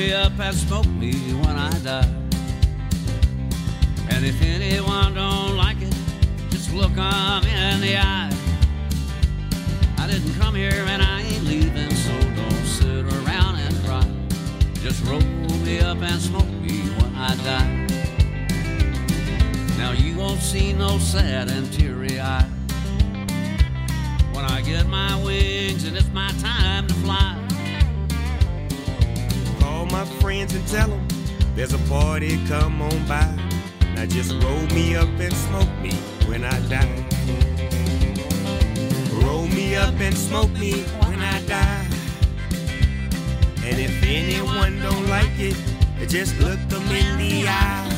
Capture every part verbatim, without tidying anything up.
me up and smoke me when I die. And if anyone don't like it, just look 'em in the eye. I didn't come here and I ain't leaving, so don't sit around and cry. Just roll me up and smoke me when I die. Now you won't see no sad and teary eye when I get my wings and it's my time to fly. Call my friends and tell them there's a party, come on by. Now just roll me up and smoke me when I die. Roll me up and smoke me when I die. And if anyone don't like it, just look them in the eye.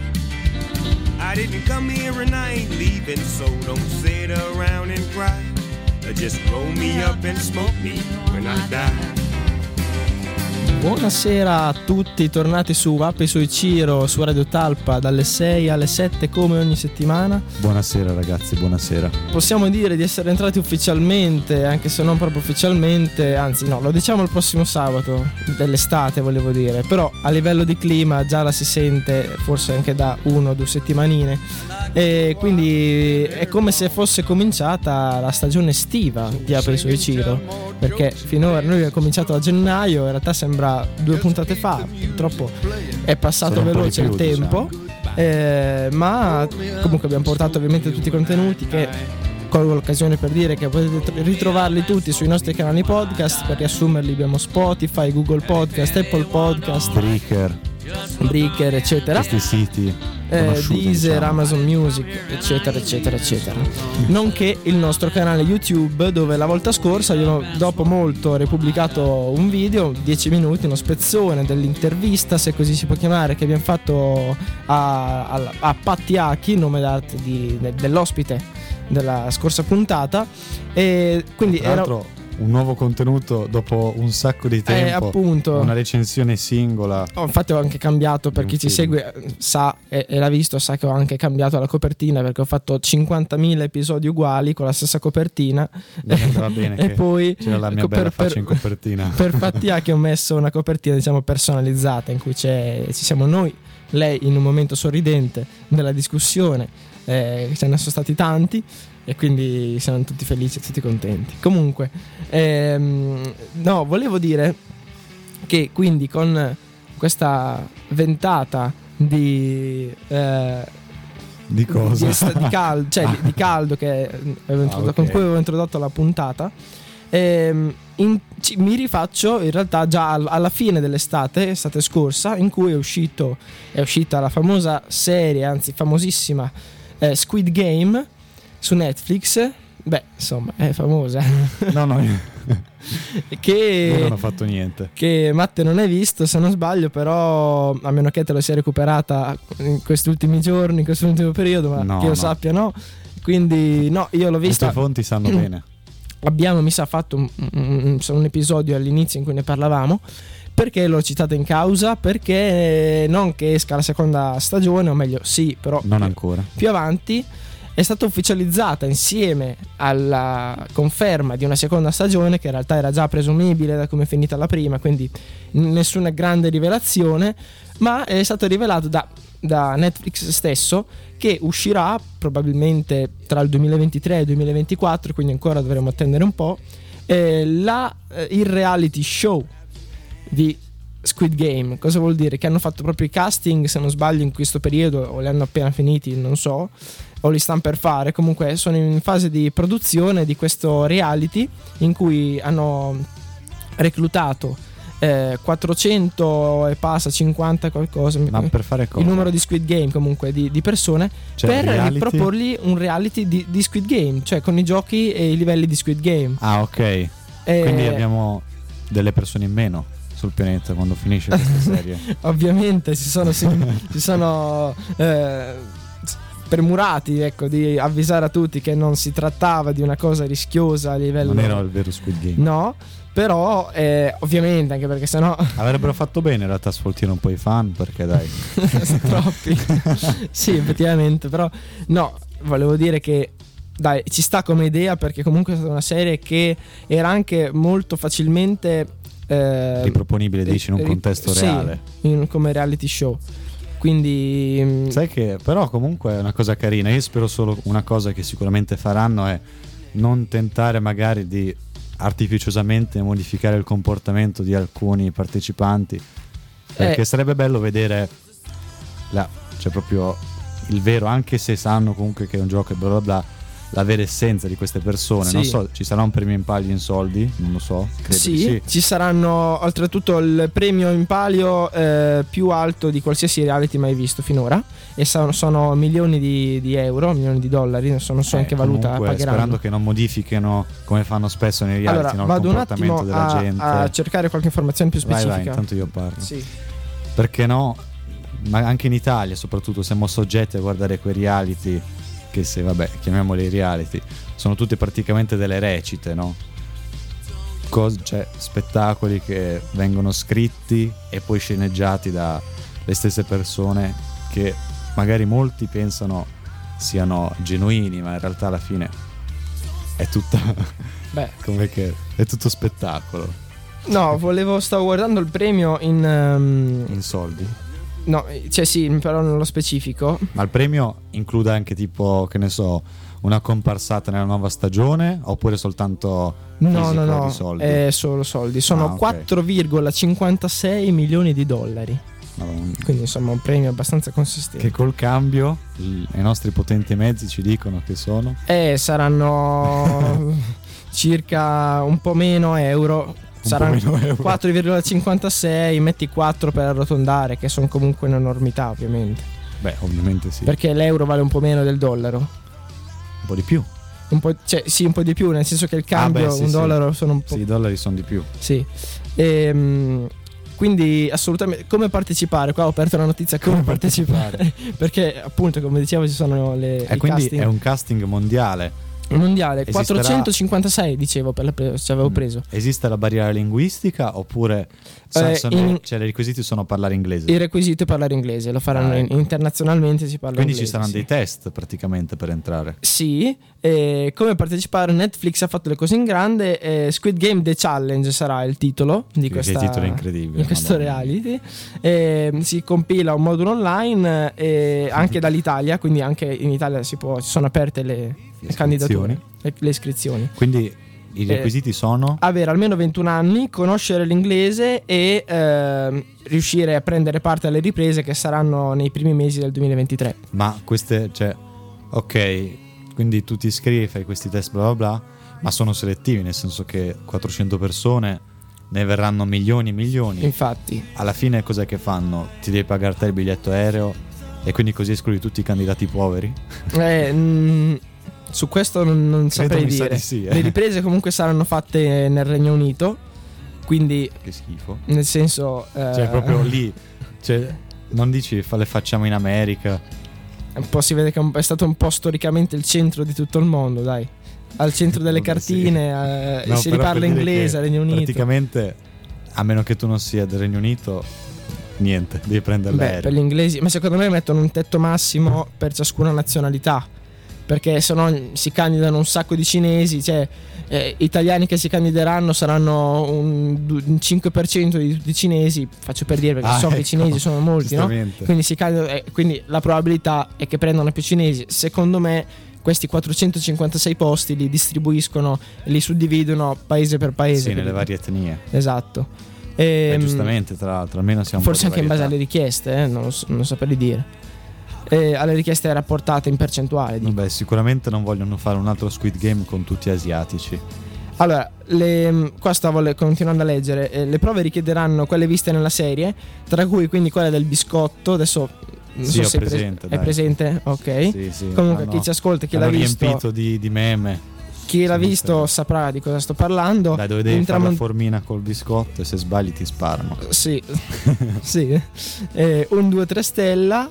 I didn't come here and I ain't leaving, so don't sit around and cry. Just roll me up and smoke me when I die. Buonasera a tutti, tornati su Apri sui Ciro su Radio Talpa dalle sei alle sette come ogni settimana. Buonasera ragazzi, buonasera. Possiamo dire di essere entrati ufficialmente, anche se non proprio ufficialmente, anzi no, lo diciamo il prossimo sabato dell'estate volevo dire, però a livello di clima già la si sente forse anche da uno o due settimanine e quindi è come se fosse cominciata la stagione estiva di Apri sui Ciro, perché finora noi abbiamo cominciato a gennaio, in realtà sembra due puntate fa, purtroppo è passato Sono veloce il tempo, diciamo. eh, ma comunque abbiamo portato ovviamente tutti i contenuti che colgo l'occasione per dire che potete ritrovarli tutti sui nostri canali podcast. Per riassumerli abbiamo Spotify, Google Podcast, Apple Podcast, Breaker, Breaker eccetera, questi siti eh, Deezer, diciamo. Amazon Music eccetera eccetera eccetera, nonché il nostro canale YouTube, dove la volta scorsa io dopo molto ho ripubblicato un video dieci minuti, uno spezzone dell'intervista, se così si può chiamare, che abbiamo fatto a, a, a Patti Aki, nome d'arte di, de, dell'ospite della scorsa puntata, e quindi tra l'altro era un nuovo contenuto dopo un sacco di tempo, eh, appunto. Una recensione singola. Oh, infatti ho anche cambiato, per chi ci segue sa e, e l'ha visto, sa che ho anche cambiato la copertina, perché ho fatto cinquantamila episodi uguali con la stessa copertina. Va bene e che poi c'era la mia bella per, faccia per, in copertina. Per Fattia che ho messo una copertina diciamo personalizzata in cui c'è, ci siamo noi, lei in un momento sorridente della discussione, eh, ce ne sono stati tanti e quindi siamo tutti felici e tutti contenti. Comunque ehm, no, volevo dire che quindi con questa ventata di eh, di cosa? Di, est- di, cal- cioè, di, di caldo che avevo introdotto, ah, okay. con cui avevo introdotto la puntata, ehm, in, ci, mi rifaccio in realtà già al, alla fine dell'estate, estate scorsa, in cui è uscito è uscita la famosa serie, anzi famosissima eh, Squid Game su Netflix. Beh, insomma, è famosa. No, no, che io non ho fatto niente. Che Matte non hai visto, se non sbaglio, però a meno che te lo sia recuperata in questi ultimi giorni, in questo ultimo periodo, ma no, che io no. sappia no. Quindi no, io l'ho vista. Queste fonti sanno bene. Abbiamo, mi sa, fatto un, un, un episodio all'inizio in cui ne parlavamo. Perché l'ho citata in causa? Perché non che esca la seconda stagione, o meglio sì, però non ancora. Più avanti è stata ufficializzata insieme alla conferma di una seconda stagione, che in realtà era già presumibile da come è finita la prima, quindi nessuna grande rivelazione, ma è stato rivelato da, da Netflix stesso che uscirà probabilmente tra il duemilaventitré e il duemilaventiquattro, quindi ancora dovremo attendere un po', eh, la, eh, il reality show di Squid Game. Cosa vuol dire? Che hanno fatto proprio i casting, se non sbaglio, in questo periodo, o li hanno appena finiti, non so, o li stanno per fare. Comunque sono in fase di produzione di questo reality in cui hanno reclutato eh, quattrocento e passa cinquanta qualcosa, ma per fare cosa? Il numero di Squid Game comunque di, di persone, cioè, per reality? proporgli un reality di, di Squid Game, cioè con i giochi e i livelli di Squid Game. Ah, ok. E... quindi abbiamo delle persone in meno sul pianeta quando finisce questa serie. Ovviamente si sono, si, si sono eh, premurati, ecco, di avvisare a tutti che non si trattava di una cosa rischiosa a livello. Non era il vero Squid Game. No, però eh, ovviamente, anche perché sennò avrebbero fatto bene in realtà a sfoltire un po' i fan, perché dai troppi. Sì, effettivamente, però no, volevo dire che dai, ci sta come idea, perché comunque è stata una serie che era anche molto facilmente eh, riproponibile, dici, in un ri- contesto sì, reale. in- come reality show. Quindi mh, Sai che però comunque è una cosa carina. Io spero solo una cosa che sicuramente faranno è non tentare magari di artificiosamente modificare il comportamento di alcuni partecipanti, perché Eh. sarebbe bello vedere la, cioè proprio il vero, anche se sanno comunque che è un gioco e bla bla bla, la vera essenza di queste persone. Sì. Non so, ci sarà un premio in palio in soldi? Non lo so, credo sì, di sì. ci saranno oltretutto il premio in palio eh, più alto di qualsiasi reality mai visto finora, e sono, sono milioni di, di euro, milioni di dollari, non so, non so in Eh, che valuta comunque, pagheranno. sperando che non modifichino come fanno spesso nei reality, Allora, no, il vado un comportamento attimo della a, gente. a cercare qualche informazione più Vai, specifica. vai, intanto io parlo. Sì. Perché no? Ma anche in Italia soprattutto siamo soggetti a guardare quei reality che, se vabbè, chiamiamoli reality, sono tutte praticamente delle recite, no? Cos- cioè spettacoli che vengono scritti e poi sceneggiati dalle stesse persone, che magari molti pensano siano genuini, ma in realtà alla fine è tutta Beh, come che è tutto spettacolo no, volevo, stavo guardando il premio in ehm, in soldi. no, cioè sì, però nello specifico. Ma il premio include anche tipo, che ne so, una comparsata nella nuova stagione, oppure soltanto No, fisico no, no, di soldi? è solo soldi. Sono Ah, ok. quattro virgola cinquantasei milioni di dollari. Madonna. Quindi insomma un premio abbastanza consistente. Che col cambio i i nostri potenti mezzi ci dicono che sono Eh, saranno circa un po' meno euro. un Saranno po' meno euro. quattro virgola cinquantasei, metti quattro per arrotondare, che sono comunque un'enormità ovviamente. Beh, ovviamente sì. Perché l'euro vale un po' meno del dollaro. Un po' di più. Un po', cioè, sì, un po' di più, nel senso che il cambio, Ah, beh, sì, un sì. dollaro sono un po'. Sì, i dollari sono di più. Sì. Ehm, quindi assolutamente come partecipare? Qua ho aperto la notizia come, Come partecipare. partecipare. Perché appunto, come dicevo, ci sono le E i quindi casting. è un casting mondiale. mondiale. Esisterà- quattrocentocinquantasei dicevo per la pre- ci avevo Mm. preso. Esiste la barriera linguistica oppure sa- Eh, sono- in- cioè, i requisiti sono parlare inglese? Il requisito è parlare inglese, lo faranno Ah, ecco. in- internazionalmente, si parla Quindi inglese. ci saranno sì. dei test praticamente per entrare. Sì, e come partecipare? Netflix ha fatto le cose in grande. eh, Squid Game The Challenge sarà il titolo di Che- questa, che titolo incredibile, in questo Madonna. reality. Eh, si compila un modulo online eh, anche dall'Italia, quindi anche in Italia si può, si sono aperte le, le iscrizioni. candidature, le, le iscrizioni. Quindi i requisiti sono? Avere almeno ventuno anni, conoscere l'inglese e ehm, riuscire a prendere parte alle riprese che saranno nei primi mesi del duemilaventitré. Ma queste, cioè, ok, quindi tu ti iscrivi, fai questi test bla bla bla, ma sono selettivi, nel senso che quattrocento persone ne verranno milioni e milioni. Infatti, Alla fine cos'è che fanno? Ti devi pagare te il biglietto aereo e quindi così escludi tutti i candidati poveri? eh, mh, su questo non, non saprei mi sa dire. di sì, eh. Le riprese comunque saranno fatte nel Regno Unito, quindi Che schifo. nel senso eh, Cioè proprio lì, cioè, non dici fa- le facciamo in America. un po' si vede che è stato un po' storicamente il centro di tutto il mondo, dai. Al centro delle Vabbè, sì. cartine, eh, No, si però riparla per dire inglese che al Regno Unito. Praticamente, a meno che tu non sia del Regno Unito, niente, devi prendere Beh, l'aereo. per gli inglesi, ma secondo me mettono un tetto massimo per ciascuna nazionalità, perché se no si candidano un sacco di cinesi, cioè eh, italiani che si candideranno saranno un, du- un cinque per cento di tutti i cinesi, faccio per dire perché Ah, so che ecco, i cinesi sono molti, no? giustamente. Quindi, si candidano, eh, quindi la probabilità è che prendano più cinesi. Secondo me questi quattrocentocinquantasei posti li distribuiscono, li suddividono paese per paese. Sì, nelle capito? varie etnie. Esatto. Beh, Ehm, giustamente, tra l'altro, almeno siamo Forse anche in base alle richieste, eh, non, lo so- non saprei dire. Eh, alle richieste rapportate in percentuale. dico. Vabbè, sicuramente non vogliono fare un altro Squid Game con tutti asiatici. Allora, le, qua stavo le- continuando a leggere. eh, le prove richiederanno quelle viste nella serie, tra cui quindi quella del biscotto. Adesso non Sì, so ho se hai pres- presente, Hai dai. presente? Ok. Sì, sì. Comunque, hanno- chi ci ascolta, chi l'ha hanno visto, riempito di, di meme. chi l'ha Sì, visto non saprà di cosa sto parlando. Dai, dove devi In fare la tramont- formina col biscotto e se sbagli ti sparano. Sì, sì. Eh, un due tre stella.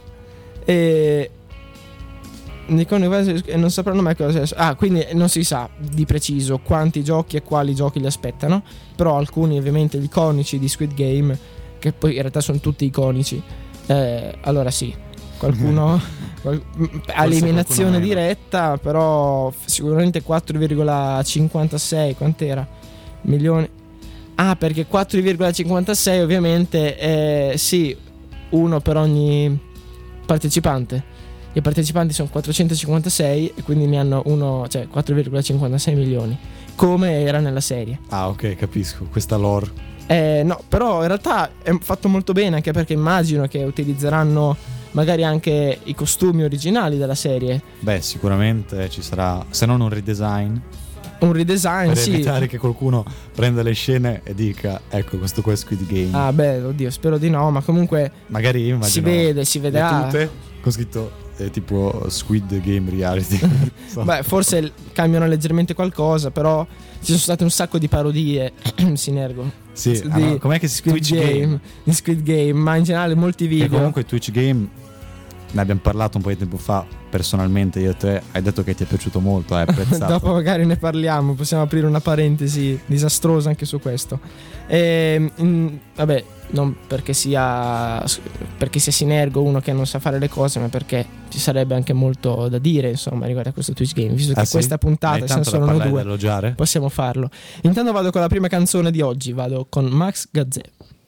E dicono quasi- e non sapranno mai cosa sia. Ah, quindi non si sa di preciso quanti giochi e quali giochi li aspettano. Però alcuni, ovviamente, gli iconici di Squid Game, che poi in realtà sono tutti iconici. Eh, allora sì, qualcuno qual- a eliminazione qualcuno meno. diretta, però f- sicuramente quattro virgola cinquantasei, quant'era? Milioni. Ah, perché quattro virgola cinquantasei ovviamente è sì, uno per ogni partecipante. I partecipanti sono quattrocentocinquantasei e quindi ne hanno uno, cioè quattro virgola cinquantasei milioni, come era nella serie. Ah, ok, capisco, questa lore. Eh, no, però in realtà è fatto molto bene, anche perché immagino che utilizzeranno magari anche i costumi originali della serie. Beh, sicuramente ci sarà, se non un redesign, un redesign, per sì, evitare che qualcuno prenda le scene e dica ecco questo qua è Squid Game. Ah beh, oddio, spero di no, ma comunque magari io immagino si vede, si vede le ah. tute con scritto eh, tipo Squid Game Reality. So. Beh, forse cambiano leggermente qualcosa, però ci sono state un sacco di parodie Sinergo. Sì, di ah, no, com'è che si Squid Twitch Game, Game? di Squid Game, ma in generale molti video. E comunque Twitch Game ne abbiamo parlato un po' di tempo fa personalmente io e te, hai detto che ti è piaciuto molto, hai apprezzato. Dopo magari ne parliamo, possiamo aprire una parentesi disastrosa anche su questo. E, mh, vabbè, non perché sia perché sia Sinergo uno che non sa fare le cose, ma perché ci sarebbe anche molto da dire insomma riguardo a questo Twitch Game, visto ah, che sì? questa puntata se ne sono due, elogiare? possiamo farlo. Intanto vado con la prima canzone di oggi, vado con Max Gazzè.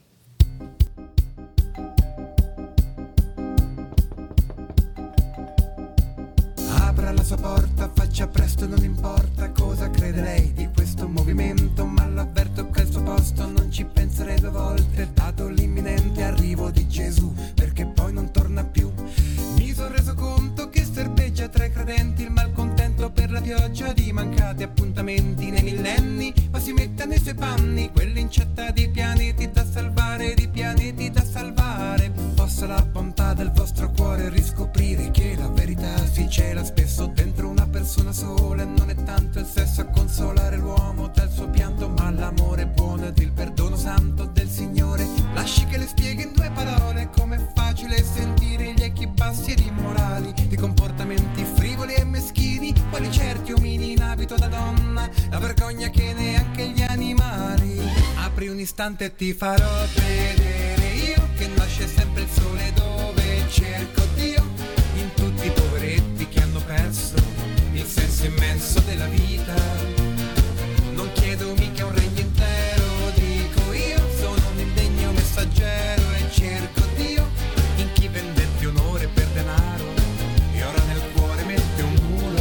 Apra la sua porta, faccia presto, non importa cosa crede lei di questo movimento, ma l'avverto che al suo posto non ci penserei due volte, dato l'imminente arrivo di Gesù, perché poi non torna più. Mi sono reso conto che serbeggia tra i credenti il malcontento per la pioggia di mancati appuntamenti nei millenni, ma si mette nei suoi panni quell'incetta di pianeti da salvare, di pianeti da salvare. Possa la bontà del vostro cuore riscoprire che la verità si cela spesso dentro una persona sola, e non è tanto il sesso a consolare l'uomo dal suo pianto, ma l'amore buono ed il perdono santo del Signore. Lasci che le spieghi in due parole com'è facile sentire gli echi bassi ed immorali di comportamenti frivoli e meschini, quali certi omini in abito da donna, la vergogna che neanche gli animali. Apri un istante e ti farò vedere io che nasce sempre il sole dove cerco Dio, in tutti i poveretti che hanno perso il senso immenso della vita. Non chiedo mica un regno intero, dico io sono un indegno messaggero e cerco Dio in chi vendette onore per denaro e ora nel cuore mette un muro.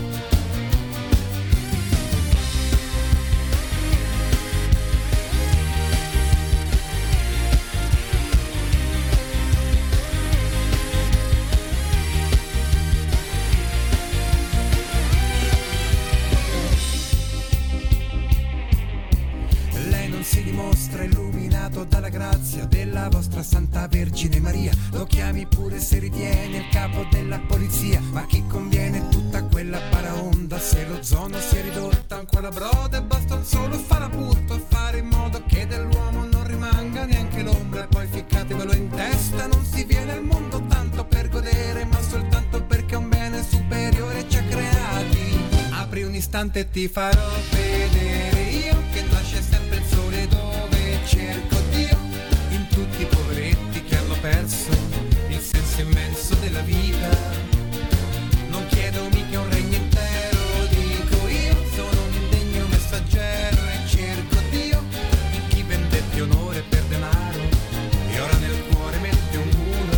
Si dimostra illuminato dalla grazia della vostra Santa Vergine Maria. Lo chiami pure se ritiene il capo della polizia, ma chi conviene tutta quella paraonda se l'ozono si è ridotta ancora broda e basta un solo farapurto a fare in modo che dell'uomo non rimanga neanche l'ombra. E poi ficcatevelo in testa, non si viene al mondo tanto per godere, ma soltanto perché un bene superiore ci ha creati. Apri un istante e ti farò vedere io che nasce sempre il sole dove cerco Dio, in tutti i poveretti che hanno perso il senso immenso della vita. Non chiedo mica un regno intero, dico io sono un indegno messaggero e cerco Dio in chi vendette onore per denaro e ora nel cuore mette un muro.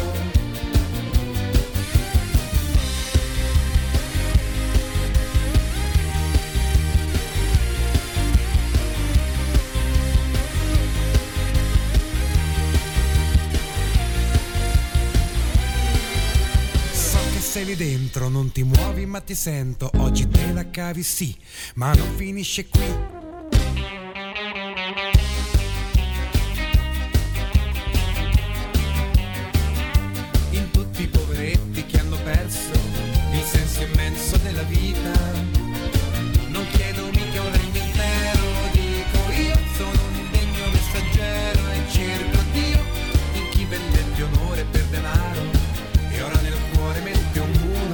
Sei lì dentro, non ti muovi ma ti sento, oggi te la cavi sì, ma non finisce qui. In tutti i poveretti che hanno perso il senso immenso della vita. Non chiedo mica un regno intero, dico io sono un indegno messaggero e cerco Dio in chi vendette onore per denaro e ora nel cuore mette un muro.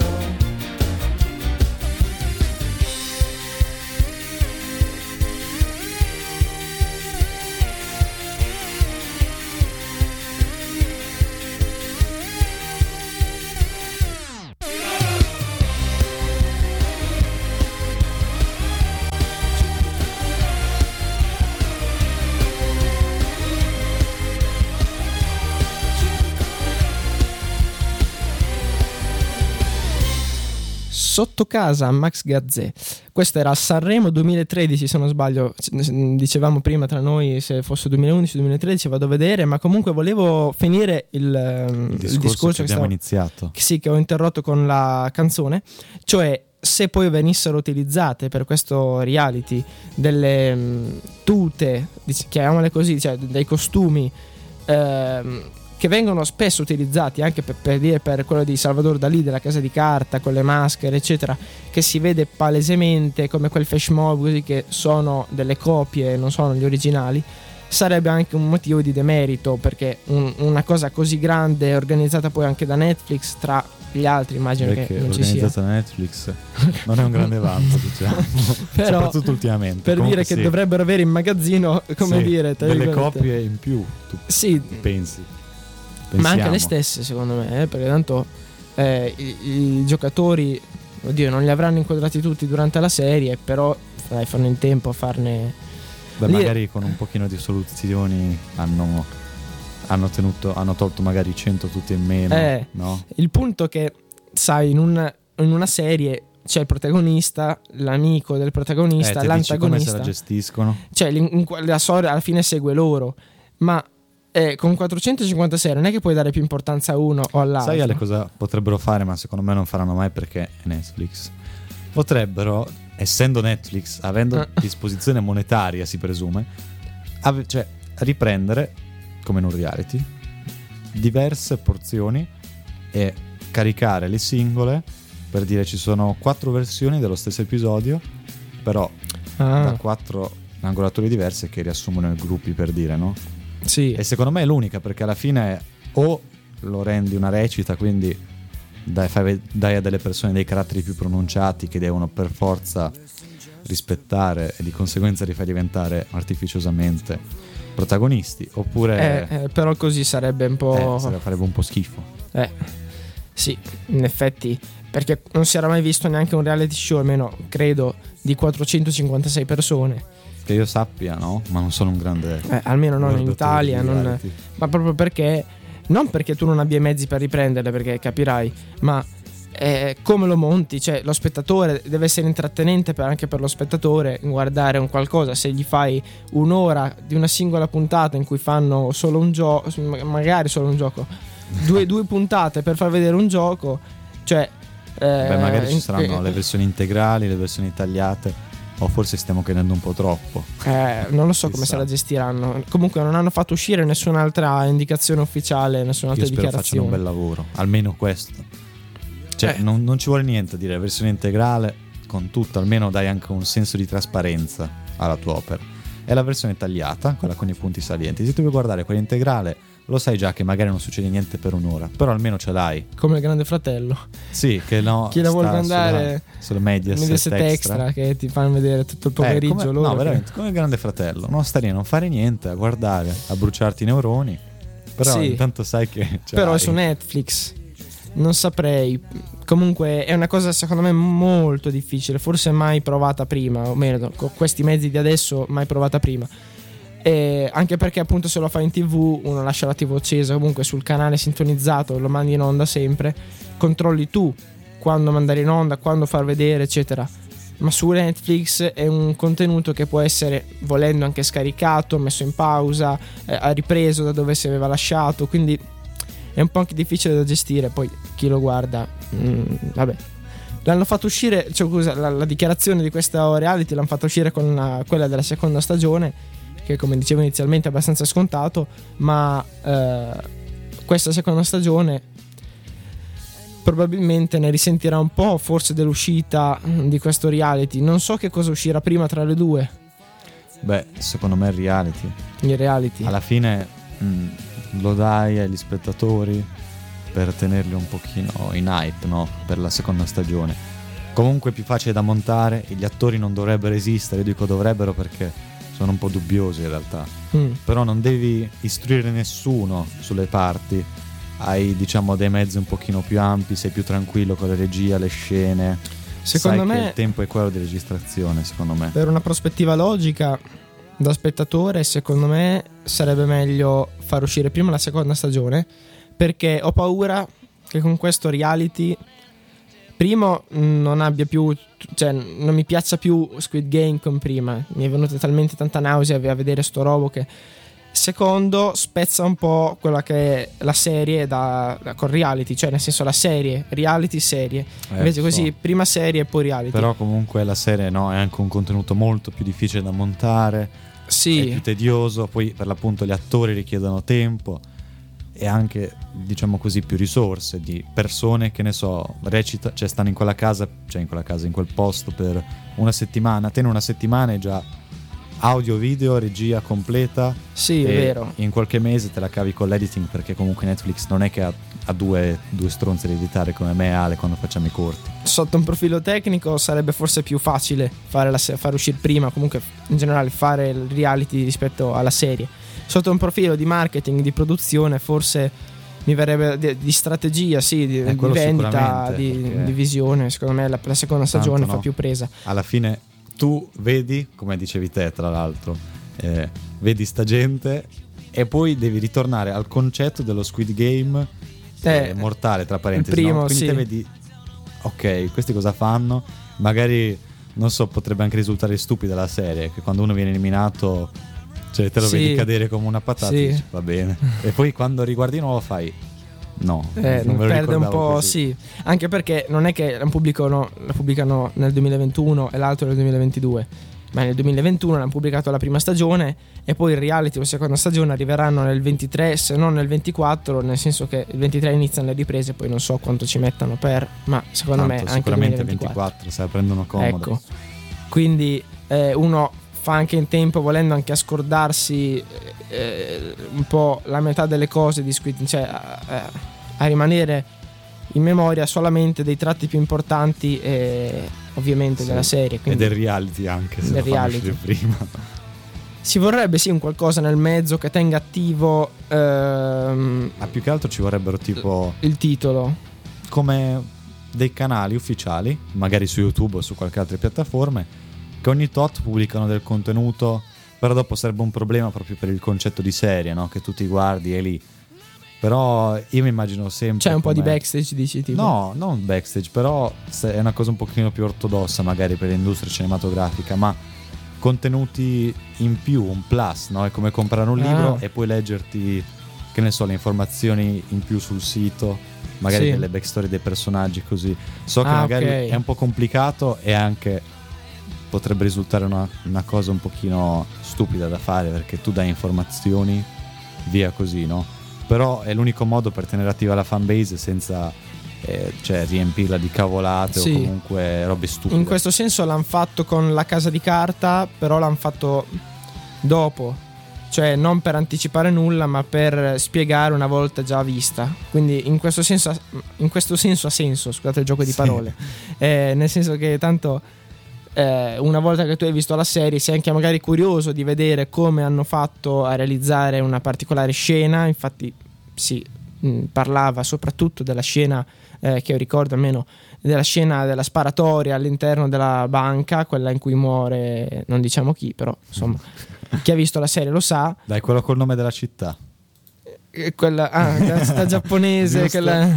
Sotto casa Max Gazzè. Questo era a Sanremo duemilatredici, se non sbaglio. Dicevamo prima tra noi se fosse duemilaundici duemilatredici, vado a vedere, ma comunque volevo finire il, il discorso, il discorso che, che abbiamo stavo, iniziato. Che sì, che ho interrotto con la canzone, cioè se poi venissero utilizzate per questo reality delle mh, tute, chiamiamole così, cioè dei costumi ehm, che vengono spesso utilizzati anche per, per dire per quello di Salvador Dalì della Casa di Carta con le maschere eccetera, che si vede palesemente come quel flash mob così, che sono delle copie, non sono gli originali, sarebbe anche un motivo di demerito, perché un, una cosa così grande organizzata poi anche da Netflix, tra gli altri immagino perché che non ci sia, organizzata da Netflix non è un grande vanto, diciamo. Però, soprattutto ultimamente, per comunque dire che sì. dovrebbero avere in magazzino, come Sì, dire, tra delle virgolette. copie in più, tu Sì, pensi. ma anche Pensiamo. le stesse secondo me, eh, perché tanto eh, i, i giocatori, oddio, non li avranno inquadrati tutti durante la serie, però dai, fanno in tempo a farne. Beh, Lì- magari con un pochino di soluzioni hanno, hanno tenuto, hanno tolto magari cento tutti in meno, Eh. no? Il punto che, sai, in, un, in una serie c'è il protagonista, l'amico del Eh, protagonista, te dici come se l'antagonista, la gestiscono? cioè l'in- in- la storia alla fine segue loro, ma eh, con quattrocentocinquantasei non è che puoi dare più importanza a uno o all'altro. Sai alle cosa potrebbero fare, ma secondo me non faranno mai perché è Netflix. Potrebbero, essendo Netflix, avendo a Ah. disposizione monetaria, si presume, ave- cioè riprendere, come in un reality, diverse porzioni e caricare le singole, per dire ci sono quattro versioni dello stesso episodio, però Ah, da quattro angolatori diverse che riassumono i gruppi, per dire, no? sì. E secondo me è l'unica, perché alla fine o lo rendi una recita, quindi dai, fai- dai a delle persone dei caratteri più pronunciati che devono per forza rispettare e di conseguenza li fai diventare artificiosamente protagonisti, oppure Eh, eh, però così sarebbe un po'. eh, sarebbe- farebbe un po' schifo. Eh, sì, in effetti, perché non si era mai visto neanche un reality show, almeno credo, di quattrocentocinquantasei persone. Che io sappia, no? Ma non sono un grande Eh, almeno non in guardatore Italia, di non- reality. ma proprio perché, non perché tu non abbia i mezzi per riprenderle, perché capirai, ma eh, come lo monti, cioè lo spettatore deve essere intrattenente per, anche per lo spettatore guardare un qualcosa. Se gli fai un'ora di una singola puntata in cui fanno solo un gioco, magari solo un gioco, due, due puntate per far vedere un gioco, cioè eh, Beh, magari ci in- saranno eh, le versioni integrali, le versioni tagliate, o forse stiamo chiedendo un po' troppo. Eh, non lo so come Chissà. se la gestiranno. Comunque non hanno fatto uscire nessun'altra indicazione ufficiale, nessun'altra Io spero facciano un dichiarazione. bel lavoro, almeno questo. Cioè, Eh. non, non ci vuole niente a dire versione integrale con tutto, almeno dai anche un senso di trasparenza alla tua opera. È la versione tagliata, quella con i punti salienti. Se tu vuoi guardare quella integrale, lo sai già che magari non succede niente per un'ora, però almeno ce l'hai. Come il Grande Fratello. Sì, che no. Chi la vuole sta andare sulla, sulle Mediaset, Mediaset extra. extra che ti fanno vedere tutto il Eh, pomeriggio come- loro. no, che- veramente, come il Grande Fratello. Non stare lì a non fare niente, a guardare, a bruciarti i neuroni. Però Sì. intanto sai che ce Però l'hai. è su Netflix. Non saprei. Comunque è una cosa secondo me molto difficile, forse mai provata prima, o meno con questi mezzi di adesso mai provata prima. E anche perché appunto se lo fai in tv uno lascia la tv accesa, comunque sul canale sintonizzato, lo mandi in onda sempre, controlli tu quando mandare in onda, quando far vedere eccetera. Ma su Netflix è un contenuto che può essere, volendo, anche scaricato, messo in pausa, eh, ripreso da dove si aveva lasciato, quindi è un po' anche difficile da gestire. Poi chi lo guarda, mm, vabbè, l'hanno fatto uscire, cioè, scusa, la, la dichiarazione di questa reality l'hanno fatta uscire con la- quella della seconda stagione, che come dicevo inizialmente è abbastanza scontato, ma eh, questa seconda stagione probabilmente ne risentirà un po', forse, dell'uscita di questo reality. Non so che cosa uscirà prima tra le due, Beh, secondo me è il reality. il reality. Alla fine mh, lo dai agli spettatori per tenerli un pochino in hype, no? Per la seconda stagione. Comunque è più facile da montare, gli attori non dovrebbero esistere, io dico dovrebbero perché sono un po' dubbiosi in realtà. Mm. Però non devi istruire nessuno sulle parti, hai diciamo dei mezzi un pochino più ampi, sei più tranquillo con la regia, le scene. Secondo Sai me, che il tempo è quello di registrazione, secondo me. per una prospettiva logica da spettatore, secondo me sarebbe meglio far uscire prima la seconda stagione, perché ho paura che con questo reality primo non abbia più, cioè non mi piaccia più Squid Game come prima, mi è venuta talmente tanta nausea a vedere sto robo che. Secondo, spezza un po' quella che è la serie da, da con reality, cioè nel senso la serie, reality, serie. Eh, Invece so. così, prima serie e poi reality. Però comunque la serie, no, è anche un contenuto molto più difficile da montare, sì. è più tedioso, poi per l'appunto gli attori richiedono tempo e anche, diciamo così, più risorse di persone che ne so, recita, cioè stanno in quella casa, cioè in quella casa, in quel posto per una settimana. Te in una settimana è già audio, video, regia completa. Sì, è vero. In qualche mese te la cavi con l'editing, perché comunque Netflix non è che ha, ha due, due stronze da editare come me e Ale quando facciamo i corti. Sotto un profilo tecnico sarebbe forse più facile fare, la, fare uscire prima, comunque in generale fare il reality rispetto alla serie. Sotto un profilo di marketing, di produzione, forse mi verrebbe di, di strategia, sì, di, di vendita, di, di visione. Secondo me la, la seconda stagione Tanto fa no. più presa. Alla fine tu vedi, come dicevi te tra l'altro, eh, vedi sta gente e poi devi ritornare al concetto dello Squid Game eh, mortale, tra parentesi, il primo, no? Quindi sì. te vedi, ok, questi cosa fanno? Magari, non so, potrebbe anche risultare stupida la serie, che quando uno viene eliminato, cioè te lo sì. vedi cadere come una patata, sì. e dici, va bene, e poi quando riguardi di nuovo fai no, eh, non me lo perde un ricordavo po', così. sì, anche perché non è che la pubblicano, la pubblicano nel duemilaventuno e l'altro nel duemilaventidue, ma nel duemilaventuno hanno pubblicato la prima stagione e poi il reality o la seconda stagione arriveranno nel ventitré, se non nel ventiquattro, nel senso che il ventitré iniziano le riprese, poi non so quanto ci mettano per, ma secondo Tanto, me anche sicuramente il duemilaventiquattro. ventiquattro, se la prendono comodo. Ecco, quindi eh, uno fa anche in tempo, volendo anche a scordarsi eh, un po' la metà delle cose di Squid, cioè a, a, a rimanere in memoria solamente dei tratti più importanti e ovviamente Sì. della serie, E quindi del reality anche, se del lo fanno reality. uscire prima. si vorrebbe sì un qualcosa nel mezzo che tenga attivo ehm, Ma più che altro ci vorrebbero tipo il titolo. come dei canali ufficiali, magari su YouTube o su qualche altra piattaforma, che ogni tot pubblicano del contenuto, però dopo sarebbe un problema proprio per il concetto di serie, no? Che tu ti guardi e lì. Però io mi immagino sempre C'è un po' di come- backstage, dici, tipo? No, non backstage, però se- è una cosa un pochino più ortodossa magari per l'industria cinematografica, ma contenuti in più, un plus, no? È come comprare un libro Ah. e poi leggerti, che ne so, le informazioni in più sul sito, magari Sì. delle backstory dei personaggi, così. So che Ah, magari ok. è un po' complicato e anche potrebbe risultare una, una cosa un pochino stupida da fare, perché tu dai informazioni via così, no? Però è l'unico modo per tenere attiva la fanbase senza eh, cioè riempirla di cavolate Sì. o comunque robe stupide. In questo senso l'hanno fatto con La Casa di Carta, però l'hanno fatto dopo, cioè non per anticipare nulla, ma per spiegare una volta già vista. Quindi in questo senso, in questo senso ha senso, scusate il gioco di Sì. parole, eh, nel senso che tanto eh, una volta che tu hai visto la serie sei anche magari curioso di vedere come hanno fatto a realizzare una particolare scena. Infatti si mh, parlava soprattutto della scena eh, che io ricordo almeno, della scena della sparatoria all'interno della banca, quella in cui muore, non diciamo chi, però insomma chi ha visto la serie lo sa. Dai, quello col nome della città. Eh, quella ah, la città giapponese, Giusto. quella...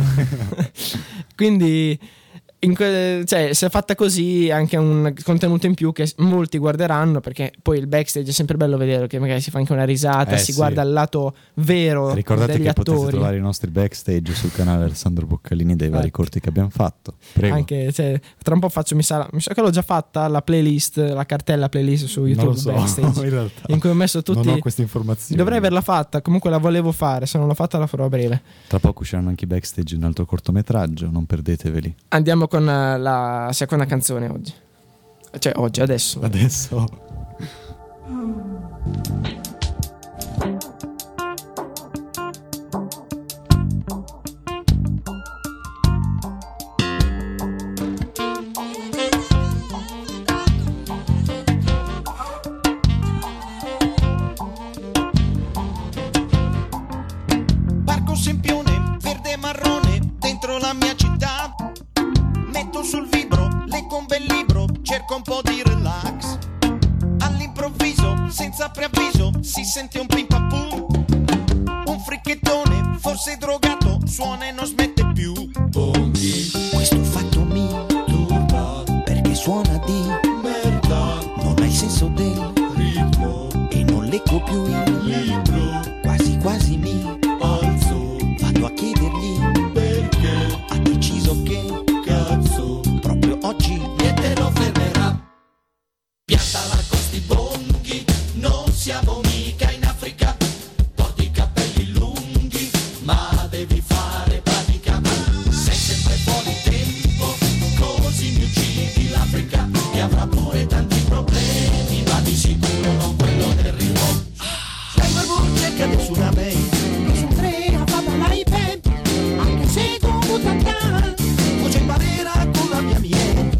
quindi in que- cioè, se è fatta così, anche un contenuto in più che molti guarderanno, perché poi il backstage è sempre bello vedere, che magari si fa anche una risata, Eh, si sì. guarda il lato vero Ricordate degli che potete attori. trovare i nostri backstage sul canale Alessandro Boccalini dei vari Ecco. corti che abbiamo fatto. Prego. Anche, cioè, tra un po' faccio, mi sa, mi sa che l'ho già fatta la playlist, la cartella playlist su YouTube, non lo so, backstage, in realtà. in cui ho messo tutti. Non ho queste informazioni. Dovrei averla fatta, comunque la volevo fare, se non l'ho fatta la farò a breve. Tra poco usciranno anche i backstage in un altro cortometraggio, non perdeteveli. Andiamo con eh, la seconda canzone oggi. Cioè oggi, adesso. Adesso Parco Sempione, verde e marrone, dentro la mia città. Metto sul vibro, leggo un bel libro, cerco un po' di relax. All'improvviso, senza preavviso, si sente un pim pam pum. Un fricchettone, forse drogato, suona e non smette più. Questo fatto mi suona di merda, non ha il senso del ritmo e non leggo più il libro, quasi quasi mi alzo, vado a chiedergli perché ha deciso che cazzo proprio oggi niente lo fermerà. Pianta la costi bonghi, non siamo mica in Africa, porti i capelli lunghi ma devi fare pratica, sei sempre fuori tempo, così mi uccidi l'Africa che avrà pure tanti problemi, ma di sicuro non quello del ritmo. Tengo il buon che adesso una me mi sono tre a fare l'iPad, anche se con buttata voce in barriera con la mia mia.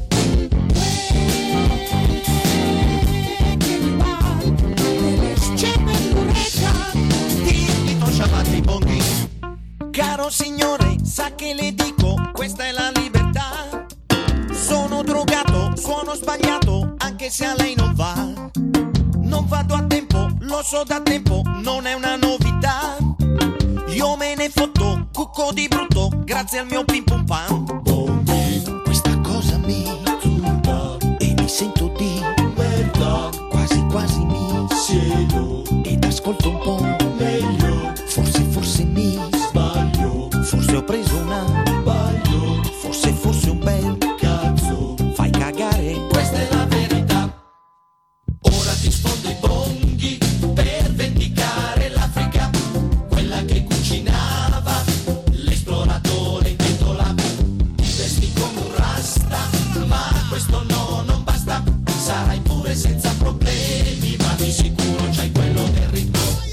Caro signore, sa che le dico, questa è la libertà. Sono drogato, suono sbagliato, anche se a lei non va. Non vado a tempo, lo so da tempo, non è una novità. Io me ne fotto, cucco di brutto, grazie al mio pim pum pam. Bombi, questa cosa mi turba e mi sento di merda, quasi quasi mi siedo ed ascolto un po' meglio. Forse, forse mi sbaglio, forse ho preso una sbaglio, forse fosse un bel cazzo, fai cagare, questa è la verità. Ora ti sfondo i bonghi per vendicare l'Africa, quella che cucinava, l'esploratore dentro la ti vesti come un rasta, ma questo no, non basta, sarai pure senza problemi, ma di sicuro c'hai quello del ritmo.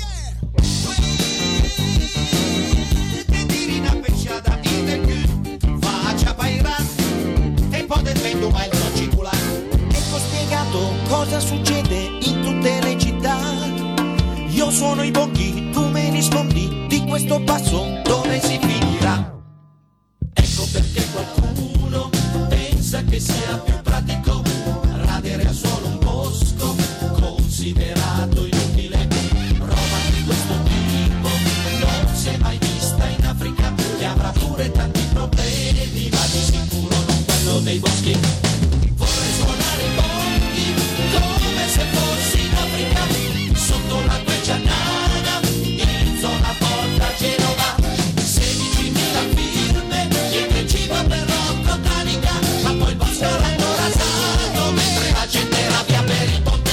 Ecco spiegato cosa succede in tutte le città. Io suono i bonghi, tu me li sfondi, di questo passo dove si finirà. Ecco perché qualcuno pensa che sia più pratico radere al suolo un bosco considerato inutile. Roba di questo tipo non si è mai vista in Africa, che avrà pure tanti problemi, ma di sicuro non quello dei boschi. Vorrei suonare i bonghi come se fossi in Africa, sotto la quercia nana, in zona Porta Genova. sedicimila firme, dietro in cima per Rocco Tanica, ma poi il bosco l'hanno rasato, mentre la gente rabbia per il ponte.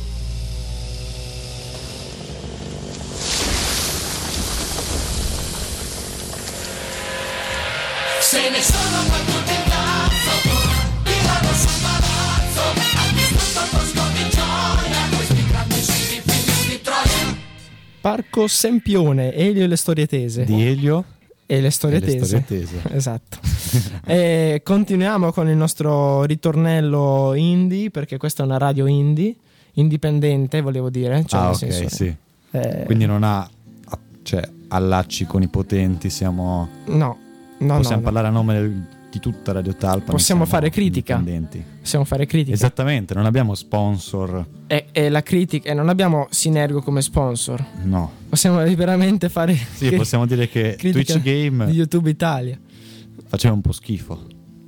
Se ne sono qualcuno del cazzo, tirano sul palazzo, ha distrutto il bosco di gioia, questi grandissimi figli di Troia. Parco Sempione, Elio e le storie tese. Di Elio E le storie e le tese. storie tese. Esatto. E continuiamo con il nostro ritornello indie, perché questa è una radio indie, indipendente volevo dire. Cioè Ah, nel ok, senso, sì. eh, Quindi non ha, cioè, allacci con i potenti, siamo... No, no, possiamo no, parlare a nome del- di tutta Radio Talpa. noi Possiamo siamo fare critica. indipendenti. possiamo fare critica. Esattamente, non abbiamo sponsor, E, e la critica, e non abbiamo Sinergo come sponsor. no. Possiamo liberamente fare Sì, possiamo dire che critica Twitch Game di YouTube Italia. faceva un po' schifo.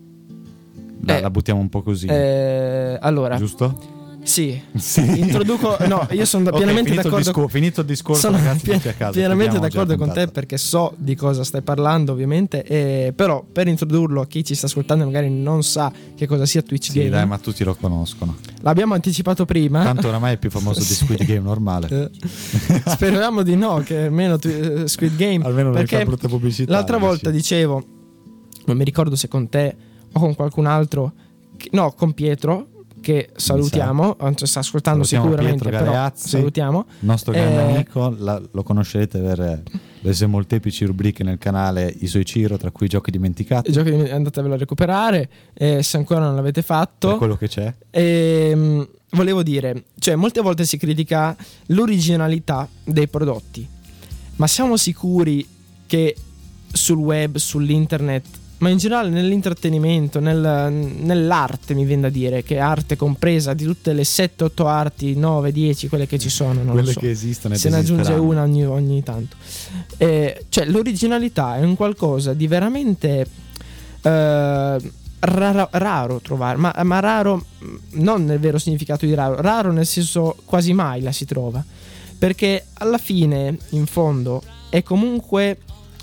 La, Eh, la buttiamo un po' così, Eh, allora, giusto? sì, Sì. introduco. No, io sono Ok, pienamente finito il d'accordo. discor- finito il discorso, sono ragazzi, pien- tutti a casa, pienamente chiudiamo già la d'accordo con te, puntata. perché so di cosa stai parlando, ovviamente. E, però, per introdurlo a chi ci sta ascoltando e magari non sa che cosa sia Twitch Sì, Game, dai, ma tutti lo conoscono. l'abbiamo anticipato prima. Tanto oramai è più famoso di Sì. Squid Game normale. Eh, speriamo di no, che almeno tu- eh, Squid Game. Almeno non perché fa brutta pubblicità. l'altra dici. volta dicevo, non mi ricordo se con te o con qualcun altro, che- no, con Pietro, che salutiamo, anzi, sta ascoltando Salutiamo sicuramente, Pietro però Galeazzi. salutiamo. Il nostro grande Eh, amico, la- lo conoscerete per le sue molteplici rubriche nel canale I suoi Ciro, tra cui Giochi Dimenticati, I giochi andatevelo a recuperare, eh, se ancora non l'avete per fatto. quello che c'è. Ehm, volevo dire, cioè molte volte si critica l'originalità dei prodotti, ma siamo sicuri che sul web, sull'internet, ma in generale nell'intrattenimento, nel- nell'arte, mi viene da dire, che è arte compresa di tutte le sette otto arti, nove dieci, quelle che ci sono, non Quelle lo so. che esistono e Se ne aggiunge desisteranno. una ogni, ogni tanto. Eh, cioè l'originalità è un qualcosa di veramente eh, raro, raro trovare, ma, ma raro non nel vero significato di raro, raro nel senso quasi mai la si trova, perché alla fine, in fondo, è comunque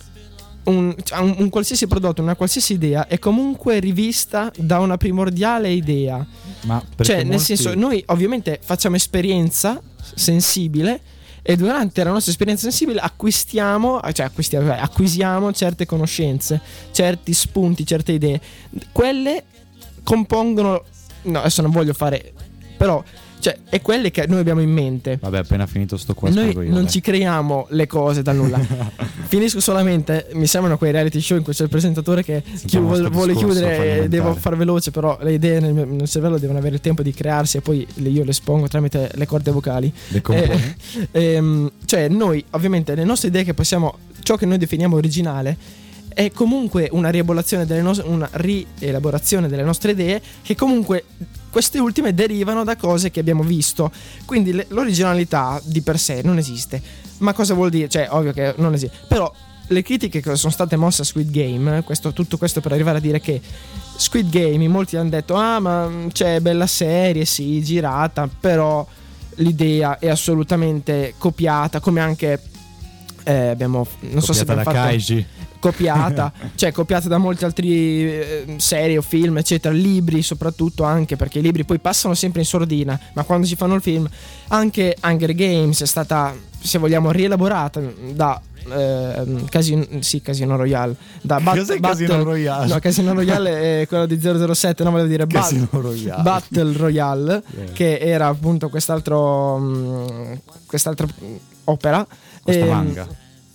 un, un, un qualsiasi prodotto, una qualsiasi idea è comunque rivista da una primordiale idea. Ma cioè, nel molti... senso, noi ovviamente facciamo esperienza sensibile e durante la nostra esperienza sensibile acquistiamo, cioè acquistiamo, cioè acquisiamo certe conoscenze, certi spunti, certe idee. Quelle compongono, no, adesso non voglio fare, però cioè è quelle che noi abbiamo in mente. Vabbè, appena finito sto qua noi io, non dai. ci creiamo le cose dal nulla. Finisco solamente, mi sembrano quei reality show in cui c'è il presentatore che chi vuole, vuole chiudere, devo far veloce, però le idee nel, mio, nel cervello devono avere il tempo di crearsi e poi le, io le espongo tramite le corde vocali. Le componi? Eh, ehm, cioè noi ovviamente le nostre idee che possiamo, ciò che noi definiamo originale è comunque una rielaborazione delle, no- una rielaborazione delle nostre idee, che comunque queste ultime derivano da cose che abbiamo visto. Quindi le- l'originalità di per sé non esiste. Ma cosa vuol dire? Cioè, ovvio che non esiste. Però le critiche che sono state mosse a Squid Game, questo, tutto questo per arrivare a dire che Squid Game, in molti hanno detto ah ma c'è bella serie, sì, girata, però l'idea è assolutamente copiata, come anche eh, abbiamo non so se Copiata abbiamo da fatto Kaiji. copiata, cioè copiata da molti altri eh, serie o film eccetera, libri soprattutto, anche perché i libri poi passano sempre in sordina, ma quando si fanno il film, anche Hunger Games è stata, se vogliamo, rielaborata da eh, Casino, sì, Casino Royale, da Bat- Cos'è Battle, Casino Royale? No, Casino Royale è quello di zero zero sette, no, volevo dire Bat- Casino Royale. Battle Royale, Yeah. che era appunto quest'altro mh, quest'altra opera. Questa Ehm, manga.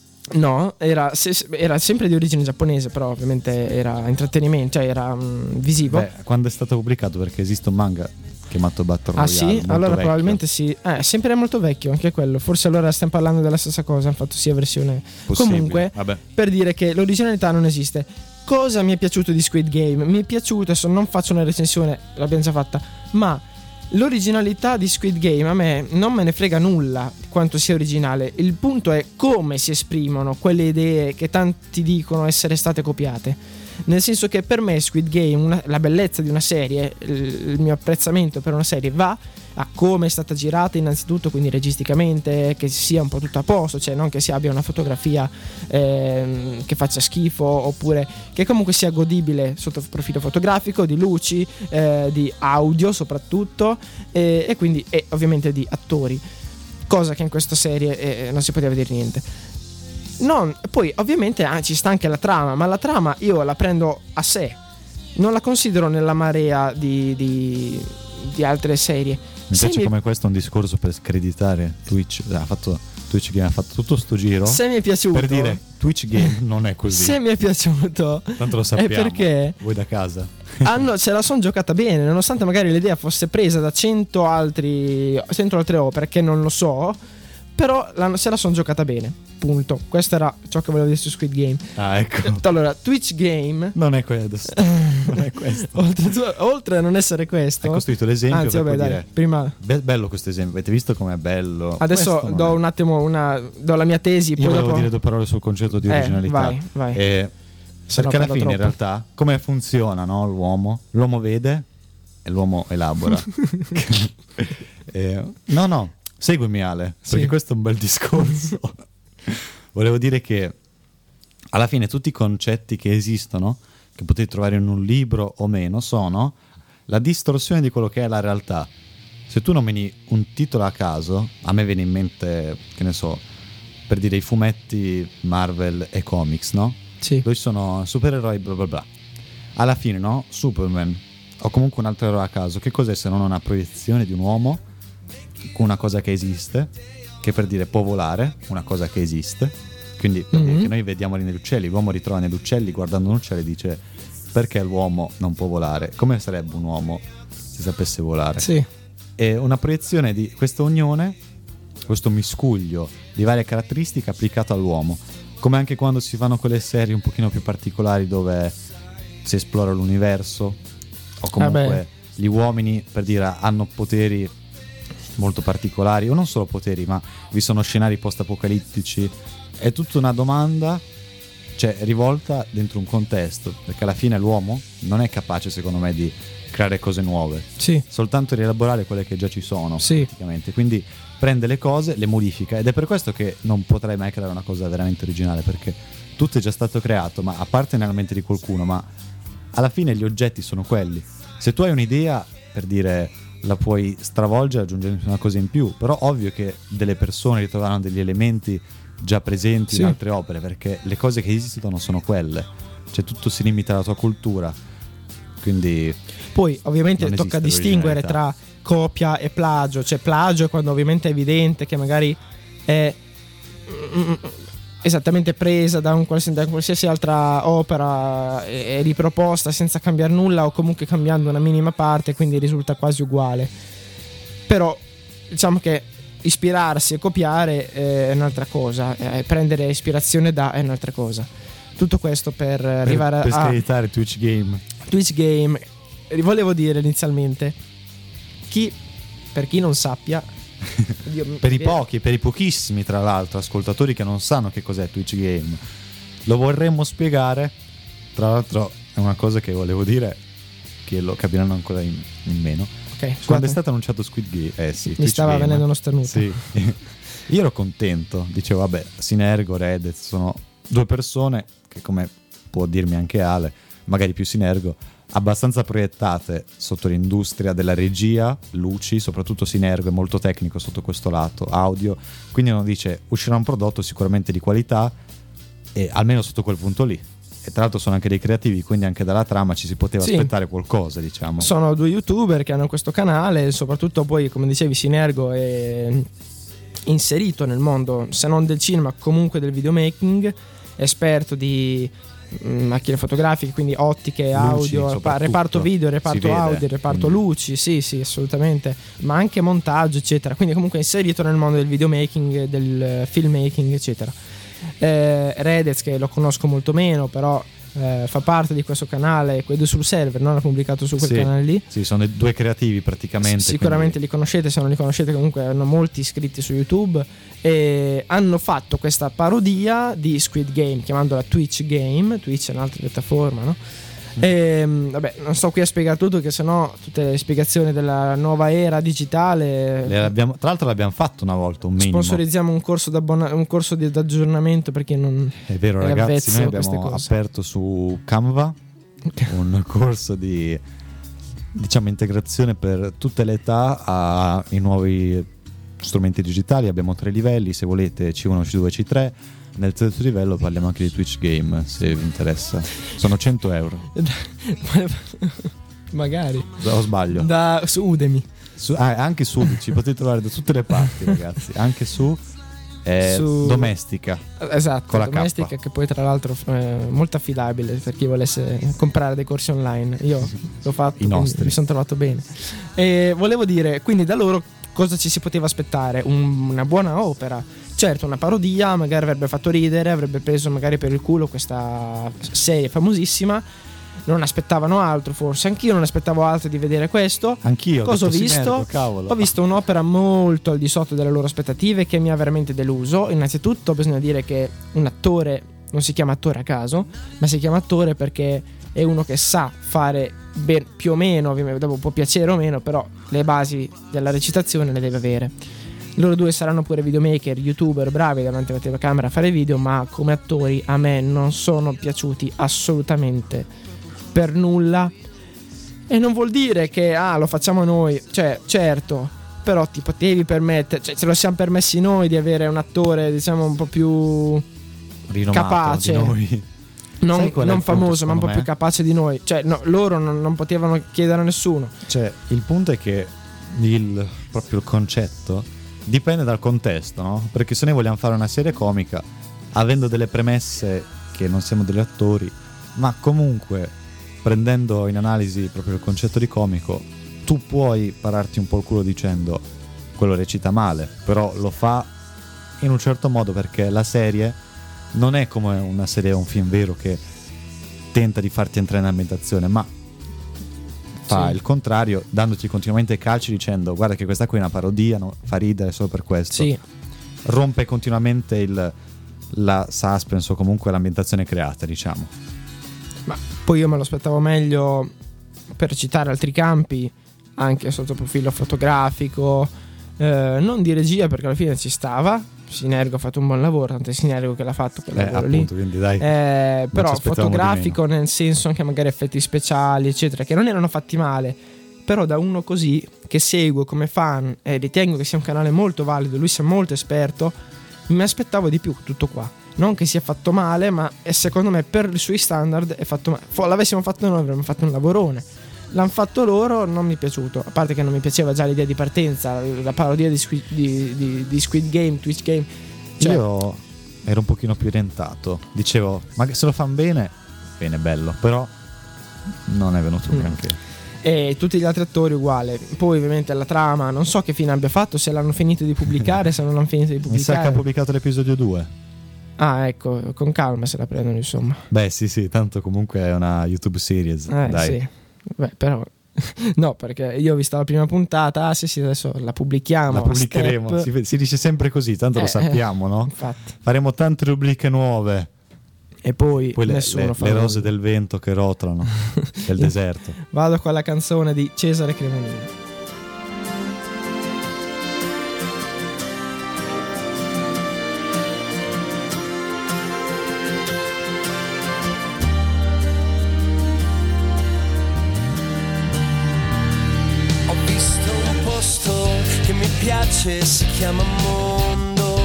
No, era, se- era sempre di origine giapponese, però ovviamente era intrattenimento, cioè era mh, visivo. Beh, quando è stato pubblicato, perché esiste un manga chiamato Battle Ah Royale, sì? molto Allora vecchio. probabilmente sì. Eh, sempre molto vecchio anche quello. Forse allora stiamo parlando della stessa cosa, hanno fatto sia versione. Possibile. Comunque, Vabbè. per dire che l'originalità non esiste. Cosa mi è piaciuto di Squid Game? Mi è piaciuto, adesso non faccio una recensione, l'abbiamo già fatta, ma l'originalità di Squid Game a me non me ne frega nulla quanto sia originale. Il punto è come si esprimono quelle idee che tanti dicono essere state copiate. Nel senso che per me Squid Game, una, la bellezza di una serie, il, il mio apprezzamento per una serie va a come è stata girata innanzitutto, quindi registicamente, che sia un po' tutto a posto, cioè non che si abbia una fotografia ehm, che faccia schifo, oppure che comunque sia godibile sotto il profilo fotografico, di luci, eh, di audio soprattutto, e, e quindi e ovviamente di attori, cosa che in questa serie eh, non si poteva dire niente. Non, poi ovviamente ah, ci sta anche la trama, ma la trama io la prendo a sé, non la considero nella marea di, di, di altre serie. Mi Se piace mi- come questo è un discorso per screditare Twitch. Ha fatto Twitch Game, ha fatto tutto sto giro Se mi è piaciuto, per dire Twitch Game non è così. se mi è piaciuto, Tanto lo sappiamo. è perché Voi da casa. hanno, se la sono giocata bene, nonostante magari l'idea fosse presa da cento altri cento altre opere che non lo so, però l'hanno- se la sono giocata bene, punto. Questo era ciò che volevo dire su Squid Game. Ah, ecco. Allora, Twitch Game Non è questo. Non è questo. oltre, oltre a non essere questo, Hai costruito l'esempio anzi per vabbè poi dai, dire prima Be- bello questo esempio. Avete visto com'è bello? adesso Questo non do è. un attimo una do la mia tesi, Io poi volevo dopo dire due parole sul concetto di Eh, originalità. vai, vai. Eh, Se no perché alla parlo fine in troppo. realtà come funziona, no, l'uomo? L'uomo vede e l'uomo elabora. Eh, no, no, seguimi Ale, perché Sì. questo è un bel discorso. Volevo dire che alla fine tutti i concetti che esistono, che potete trovare in un libro o meno, sono la distorsione di quello che è la realtà. Se tu nomini un titolo a caso, a me viene in mente, che ne so, per dire i fumetti Marvel e comics, no? sì. Dove sono supereroi bla bla bla. Alla fine, no? Superman o comunque un altro eroe a caso, che cos'è se non una proiezione di un uomo con una cosa che esiste, che per dire può volare, una cosa che esiste. Quindi per dire Mhm. che noi vediamo negli uccelli, l'uomo ritrova negli uccelli, guardando un uccello e dice perché l'uomo non può volare? Come sarebbe un uomo se sapesse volare? Sì. È una proiezione di questa unione, questo miscuglio di varie caratteristiche applicato all'uomo, come anche quando si fanno quelle serie un pochino più particolari dove si esplora l'universo, o comunque Ah beh. gli uomini, per dire, hanno poteri molto particolari, o non solo poteri, ma vi sono scenari post-apocalittici. È tutta una domanda cioè rivolta dentro un contesto, perché alla fine l'uomo non è capace secondo me di creare cose nuove, Sì. soltanto rielaborare quelle che già ci sono, Sì. praticamente. Quindi prende le cose, le modifica, ed è per questo che non potrei mai creare una cosa veramente originale, perché tutto è già stato creato, ma a parte nella mente di qualcuno, ma alla fine gli oggetti sono quelli. Se tu hai un'idea, per dire, la puoi stravolgere aggiungendo una cosa in più, però ovvio che delle persone ritroveranno degli elementi già presenti Sì. in altre opere, perché le cose che esistono sono quelle, cioè tutto si limita alla tua cultura, quindi Poi ovviamente non tocca esiste distinguere l'originalità. tra copia e plagio. Cioè plagio è quando ovviamente è evidente che magari è mm, esattamente presa da, un qualsiasi, da qualsiasi altra opera e, e riproposta senza cambiare nulla, o comunque cambiando una minima parte, quindi risulta quasi uguale. Però diciamo che ispirarsi e copiare è un'altra cosa, eh, prendere ispirazione da è un'altra cosa. Tutto questo per, per, arrivare per a screditare Twitch Game. Twitch Game. Volevo dire inizialmente, chi, per chi non sappia, Dio, Per i mi- pochi, per i pochissimi tra l'altro ascoltatori che non sanno che cos'è Twitch Game, lo vorremmo spiegare. Tra l'altro è una cosa che volevo dire, che lo capiranno ancora in, in meno. Ok, Quando scusate, è stato annunciato Squid Game, eh sì, mi Twitch stava Game. venendo uno starnuto. Sì. Io ero contento, dicevo vabbè, Sinergo, Reddit sono due persone che, come può dirmi anche Ale, magari più Sinergo, abbastanza proiettate sotto l'industria della regia, luci, soprattutto Sinergo è molto tecnico sotto questo lato, audio, quindi uno dice uscirà un prodotto sicuramente di qualità, e almeno sotto quel punto lì. E tra l'altro sono anche dei creativi, quindi anche dalla trama ci si poteva Sì. aspettare qualcosa, diciamo. Sono due youtuber che hanno questo canale, soprattutto poi, come dicevi, Sinergo è inserito nel mondo, se non del cinema, comunque del videomaking, esperto di mm, macchine fotografiche, quindi ottiche, audio, repa- soprattutto. reparto video, Si reparto vede, audio, reparto quindi. luci, sì sì, assolutamente, ma anche montaggio, eccetera. Quindi comunque inserito nel mondo del videomaking, del filmmaking, eccetera. eh, Redez, che lo conosco molto meno, però eh, fa parte di questo canale, quello sul server, non ha pubblicato su quel Sì, canale lì. sì, sono dei- due creativi praticamente. Sicuramente quindi- li conoscete, se non li conoscete comunque hanno molti iscritti su YouTube, e hanno fatto questa parodia di Squid Game chiamandola Twitch Game. Twitch è un'altra piattaforma, no? E, vabbè, non sto qui a spiegare tutto, che sennò tutte le spiegazioni della nuova era digitale. Le abbiamo- tra l'altro l'abbiamo fatto una volta un minimo. Sponsorizziamo un corso, d'abbona- un corso di aggiornamento per chi non È vero, è ragazzi, avvezzo noi a queste abbiamo cose. aperto su Canva un corso di, diciamo, integrazione per tutte le età ai nuovi strumenti digitali. Abbiamo tre livelli, se volete C uno, C due, C tre. Nel terzo livello parliamo anche di Twitch Game, se vi interessa. Sono cento euro. magari O sbaglio? da su Udemy. Su- ah, anche su, ci potete trovare da tutte le parti, ragazzi. Anche su, eh, Su- Domestica. Esatto, Con la domestica, K. che poi tra l'altro è molto affidabile per chi volesse comprare dei corsi online. Io l'ho fatto, I quindi nostri. mi sono trovato bene. E volevo dire, quindi da loro cosa ci si poteva aspettare? Un- una buona opera. Certo, una parodia, magari avrebbe fatto ridere, avrebbe preso magari per il culo questa serie famosissima. Non aspettavano altro, forse. Anch'io non aspettavo altro di vedere questo. Anch'io. Cosa ho detto visto? Sinergo, cavolo. Ho visto un'opera molto al di sotto delle loro aspettative, che mi ha veramente deluso. Innanzitutto bisogna dire che un attore non si chiama attore a caso, ma si chiama attore perché è uno che sa fare ben, più o meno, ovviamente dopo può piacere o meno, però le basi della recitazione le deve avere. Loro due saranno pure videomaker, youtuber, bravi davanti alla telecamera a fare video, ma come attori a me non sono piaciuti assolutamente per nulla. E non vuol dire che ah lo facciamo noi, cioè certo, però ti potevi permettere, cioè ce lo siamo permessi noi di avere un attore diciamo un po' più Rinomato capace. di noi. non, Sai qual è non il punto, famoso, ma un po' secondo più me? capace di noi. Cioè no, loro non, non potevano chiedere a nessuno. Cioè, il punto è che il, proprio il concetto dipende dal contesto, no? Perché se noi vogliamo fare una serie comica, avendo delle premesse che non siamo degli attori, ma comunque prendendo in analisi proprio il concetto di comico, tu puoi pararti un po' il culo dicendo quello recita male, però lo fa in un certo modo, perché la serie non è come una serie o un film vero che tenta di farti entrare in ambientazione, ma fa Sì. il contrario, dandoti continuamente calci dicendo guarda che questa qui è una parodia, no? Fa ridere solo per questo. Sì, Rompe continuamente il la suspense o comunque l'ambientazione creata, diciamo. Ma poi io me lo aspettavo meglio, per citare altri campi, anche sotto profilo fotografico, eh, non di regia, perché alla fine ci stava. Sinergo ha fatto un buon lavoro, tanto è Sinergo che l'ha fatto quel Eh, lavoro appunto, lì. quindi dai. Eh, però ci aspettavamo di fotografico nel senso anche magari effetti speciali eccetera, che non erano fatti male, però da uno così che seguo come fan e ritengo che sia un canale molto valido, lui sia molto esperto, mi aspettavo di più. Tutto qua, non che sia fatto male, ma è, secondo me per i suoi standard è fatto male. Fo- l'avessimo fatto noi avremmo fatto un lavorone. L'hanno fatto loro, non mi è piaciuto, a parte che non mi piaceva già l'idea di partenza, la parodia di Squid, di, di, di Squid Game, Twitch Game, cioè, Io ero un pochino più orientato, dicevo ma se lo fanno bene, bene, bello, però non è venuto Mm. granché. e tutti gli altri attori uguale. Poi ovviamente la trama non so che fine abbia fatto, se l'hanno finito di pubblicare, se non l'hanno finito di Mi sa che pubblicare. ha pubblicato l'episodio due. Ah, ecco, con calma se la prendono, insomma. Beh sì sì, tanto comunque è una YouTube series, Eh, dai. sì. Beh, però no, perché io ho visto la prima puntata, ah sì sì, adesso la pubblichiamo, La a pubblicheremo, step. si, si dice sempre così, tanto Eh, lo sappiamo, no? Infatti. Faremo tante rubriche nuove. E poi, Poi le, nessuno le- fa le nulla. rose del vento che rotolano del deserto. Vado con la canzone di Cesare Cremonini. Ho visto un posto che mi piace, si chiama mondo.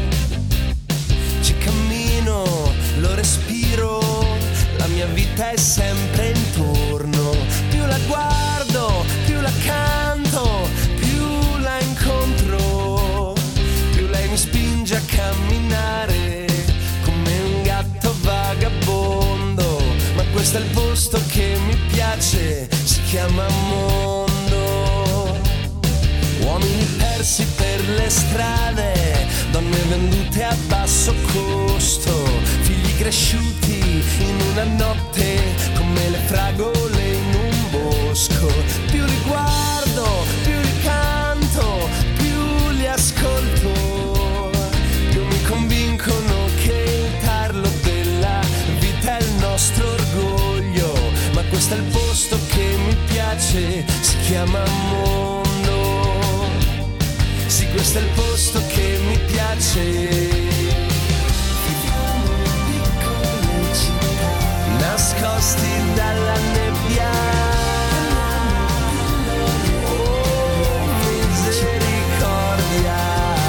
Ci cammino, lo respiro, la mia vita è sempre intorno. Più la guardo, più la canto, più la incontro, più lei mi spinge a camminare come un gatto vagabondo. Ma questo è il posto che mi piace, si chiama mondo. Uomini persi per le strade, donne vendute a basso costo, figli cresciuti in una notte come le fragole in un bosco. Più li guardo, più li canto, più li ascolto, più mi convincono che il tarlo della vita è il nostro orgoglio. Ma questo è il posto che mi piace, si chiama mondo. Sì, questo è il posto che mi piace. Viviamo in piccole città, nascosti dalla nebbia. Oh, misericordia.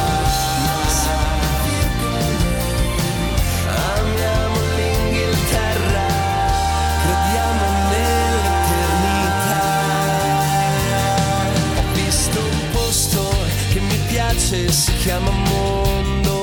Amiamo l'Inghilterra, crediamo nell'eternità. Ho visto un posto che mi piace, si chiama mondo.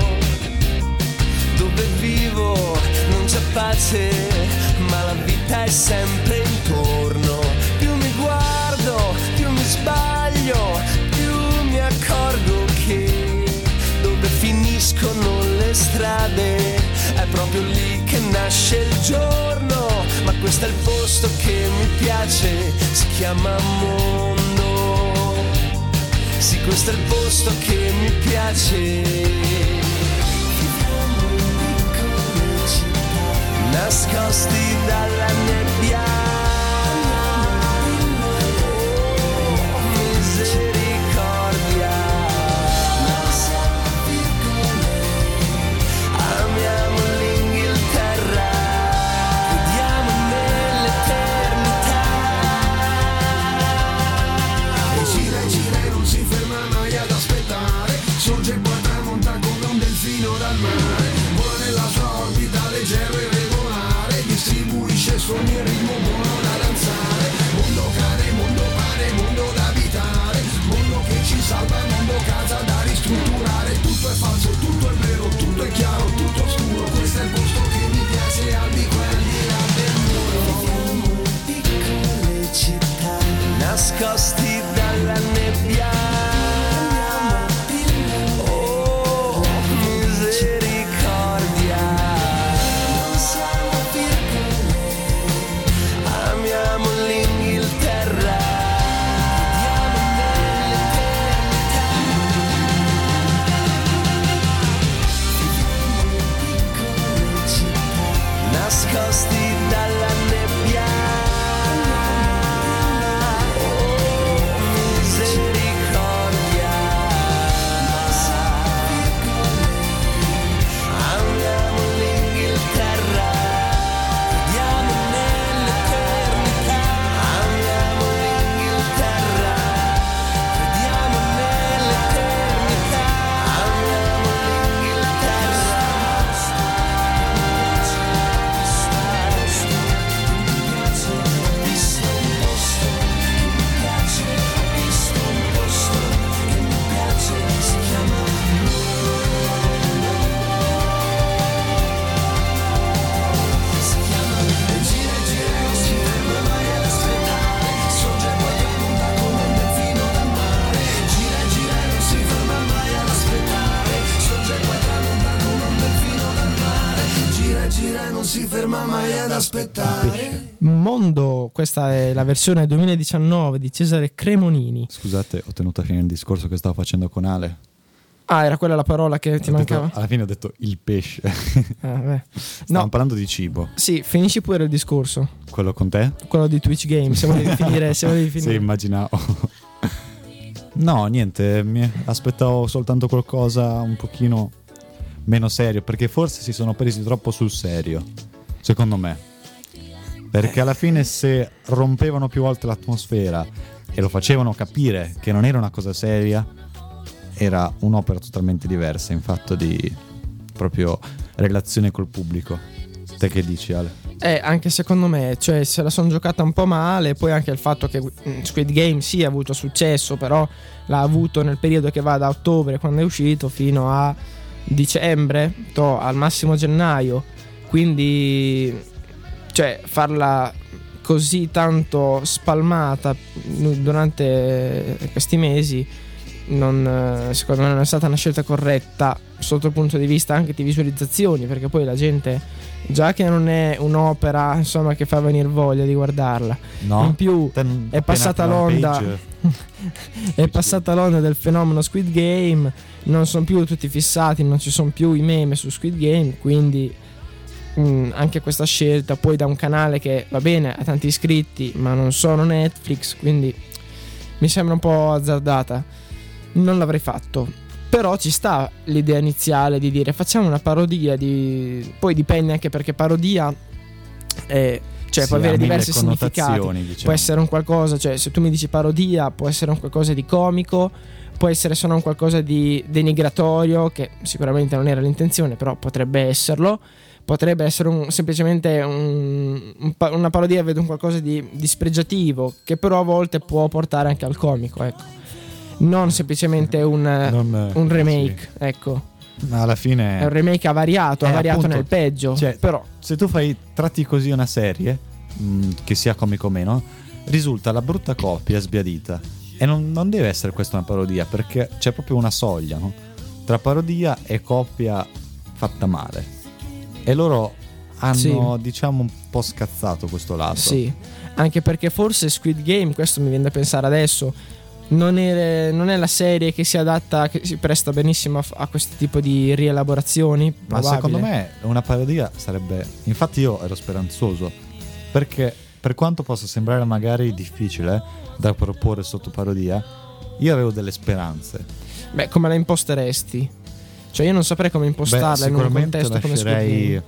Dove vivo non c'è pace, ma la vita è sempre intorno. Più mi guardo, più mi sbaglio, più mi accorgo che dove finiscono le strade è proprio lì che nasce il giorno. Ma questo è il posto che mi piace, si chiama mondo. Sì, questo è il posto che mi piace. Viviamo in piccole città, nascosti dalla nebbia. Oh, misericordia. Amiamo l'Inghilterra, crediamo nell'eternità. E gira e gira e non si ferma mai ad aspettare. Sorge e poi tramonta come un delfino dal mare. Vola nella sua orbita leggero e regolare, distribuisce sogni e ritmo buono nascosti dalla nebbia. Oh, misericordia, andiamo all'Inghilterra, vediamo nell'eternità, andiamo all'Inghilterra, vediamo nell'eternità, andiamo all'Inghilterra. Gira, non si ferma mai ad aspettare. Mondo, questa è la versione duemiladiciannove di Cesare Cremonini. Scusate, ho tenuto a finire il discorso che stavo facendo con Ale. Ah, era quella la parola che ti Ho detto- mancava? alla fine ho detto il pesce. Ah, beh. Stavamo No, parlando di cibo. sì, finisci pure il discorso. Quello con te? Quello di Twitch Game, se volevi finire, se volevi Sì, finire. immaginavo. No, niente, mi aspettavo soltanto qualcosa un pochino meno serio, perché forse si sono presi troppo sul serio, secondo me. Perché alla fine se rompevano più volte l'atmosfera e lo facevano capire che non era una cosa seria, era un'opera totalmente diversa in fatto di proprio relazione col pubblico. Te che dici, Ale? Eh, anche secondo me, cioè se la sono giocata un po' male, poi anche il fatto che mm, Squid Game sì ha avuto successo, però l'ha avuto nel periodo che va da ottobre, quando è uscito, fino a dicembre, to, al massimo gennaio, quindi cioè farla così tanto spalmata durante questi mesi non, secondo me non è stata una scelta corretta sotto il punto di vista anche di visualizzazioni, perché poi la gente, già che non è un'opera insomma che fa venire voglia di guardarla, No? in più Te- è appena passata apri la l'onda page, è passata l'onda del fenomeno Squid Game, non sono più tutti fissati, non ci sono più i meme su Squid Game, quindi mh, anche questa scelta poi da un canale che va bene ha tanti iscritti ma non sono Netflix, quindi mi sembra un po' azzardata, non l'avrei fatto. Però ci sta l'idea iniziale di dire facciamo una parodia di... poi dipende anche perché parodia è... cioè sì, può avere ha mille diversi significati, connotazioni, diciamo. può essere un qualcosa, cioè se tu mi dici parodia può essere un qualcosa di comico, può essere solo un qualcosa di denigratorio, che sicuramente non era l'intenzione, però potrebbe esserlo, potrebbe essere un, semplicemente un, un, una parodia, vedo un qualcosa di dispregiativo, che però a volte può portare anche al comico, ecco, non semplicemente un, Non- un remake, ecco, Ma alla fine è un remake avariato, Eh, avariato appunto, nel peggio, cioè, però se tu fai tratti così una serie, mh, che sia comico o meno, risulta la brutta copia sbiadita. E non, non deve essere questa una parodia, perché c'è proprio una soglia, no? Tra parodia e copia fatta male. E loro hanno, Sì. diciamo, un po' scazzato questo lato. sì, anche perché forse Squid Game, questo mi viene da pensare adesso, non è, non è la serie che si adatta, che si presta benissimo a, a questo tipo di rielaborazioni. Ma probabile. secondo me una parodia sarebbe... Infatti io ero speranzoso, perché per quanto possa sembrare magari difficile da proporre sotto parodia, io avevo delle speranze. Beh, come la imposteresti? Cioè io non saprei come impostarla Beh, in un sicuramente contesto come Squid lascerei Game.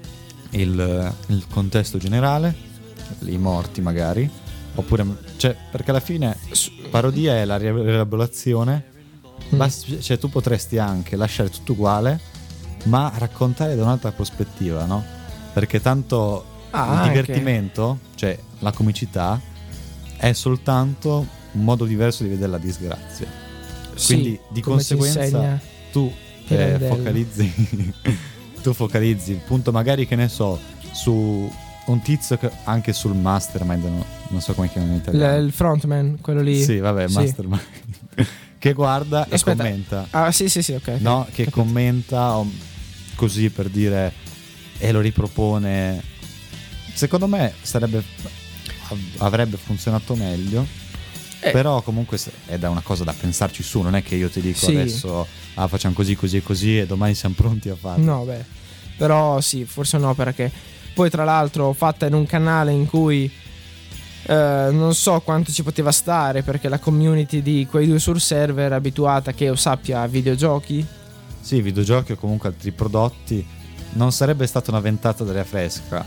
il, il contesto generale, i morti magari, oppure... Cioè, perché alla fine parodia è la rielaborazione, Mm. basta- cioè tu potresti anche lasciare tutto uguale, ma raccontare da un'altra prospettiva, no? Perché tanto Ah, il anche. divertimento, cioè la comicità, è soltanto un modo diverso di vedere la disgrazia. Sì, Quindi di come ci conseguenza insegna tu eh, Pirandello. focalizzi tu focalizzi il punto magari, che ne so, su un tizio che, anche sul mastermind, no? Non so come chiamano in il, italiano. il frontman, quello lì. Sì, vabbè, Sì. mastermind. Che guarda Aspetta. e commenta. Ah, sì, sì, sì, ok. ok. No, che Capito. commenta o- così per dire, e lo ripropone. Secondo me sarebbe avrebbe funzionato meglio. Eh. Però comunque se- è da una cosa da pensarci su, non è che io ti dico Sì. adesso ah, facciamo così così e così e domani siamo pronti a farlo. No, beh, però sì, forse è un'opera che poi tra l'altro fatta in un canale in cui eh, non so quanto ci poteva stare, perché la community di quei due sul server è abituata, che io sappia, a videogiochi. Sì, videogiochi o comunque altri prodotti. Non sarebbe stata una ventata d'aria fresca.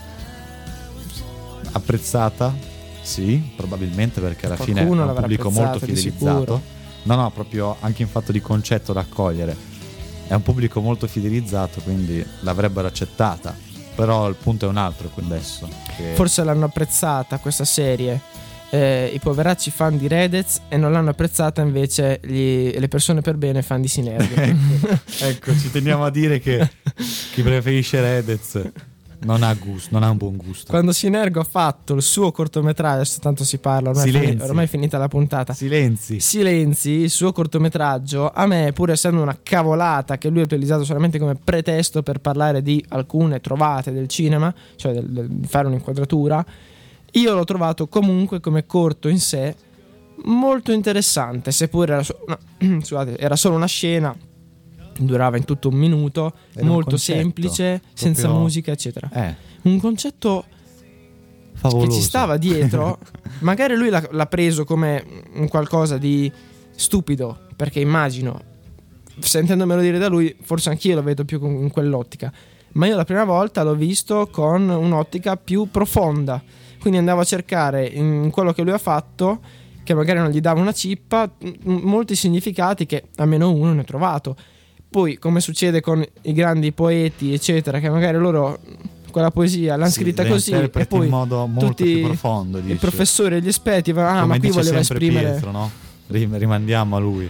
Apprezzata? Sì, probabilmente, perché alla fine è Qualcuno un l'avrà pubblico molto apprezzata, di fidelizzato. sicuro. No, no, proprio anche in fatto di concetto da accogliere. È un pubblico molto fidelizzato, quindi l'avrebbero accettata. Però il punto è un altro qui adesso. Che... Forse l'hanno apprezzata questa serie eh, i poveracci fan di Redez, e non l'hanno apprezzata invece gli, le persone per bene fan di Sinergo. ecco, ecco, ci teniamo a dire che chi preferisce Redez non ha gusto, non ha un buon gusto. Quando Sinergo ha fatto il suo cortometraggio, adesso tanto si parla, ormai, è, Silenzi. finita, ormai è finita la puntata. Silenzi. Silenzi, il suo cortometraggio, a me, pur essendo una cavolata che lui ha utilizzato solamente come pretesto per parlare di alcune trovate del cinema, cioè del, del fare un'inquadratura, io l'ho trovato comunque come corto in sé molto interessante, seppur era, so- no, scusate, era solo una scena, durava in tutto un minuto, Era un molto concetto, semplice, senza proprio- musica eccetera. Eh, Un concetto favoloso. che ci stava dietro. Magari lui l'ha, l'ha preso come un qualcosa di stupido, perché immagino, sentendomelo dire da lui, forse anch'io lo vedo più con- in quell'ottica, ma io la prima volta l'ho visto con un'ottica più profonda, quindi andavo a cercare in quello che lui ha fatto, che magari non gli dava una cippa, m- molti significati che almeno uno ne ho trovato. Poi, come succede con i grandi poeti eccetera, che magari loro quella poesia l'hanno Sì, scritta le così, e interpreti poi in modo molto tutti più profondo, i dici. professori e gli esperti vanno, ah, Come ma qui dice voleva sempre esprimere Pietro, no? Rim- rimandiamo a lui.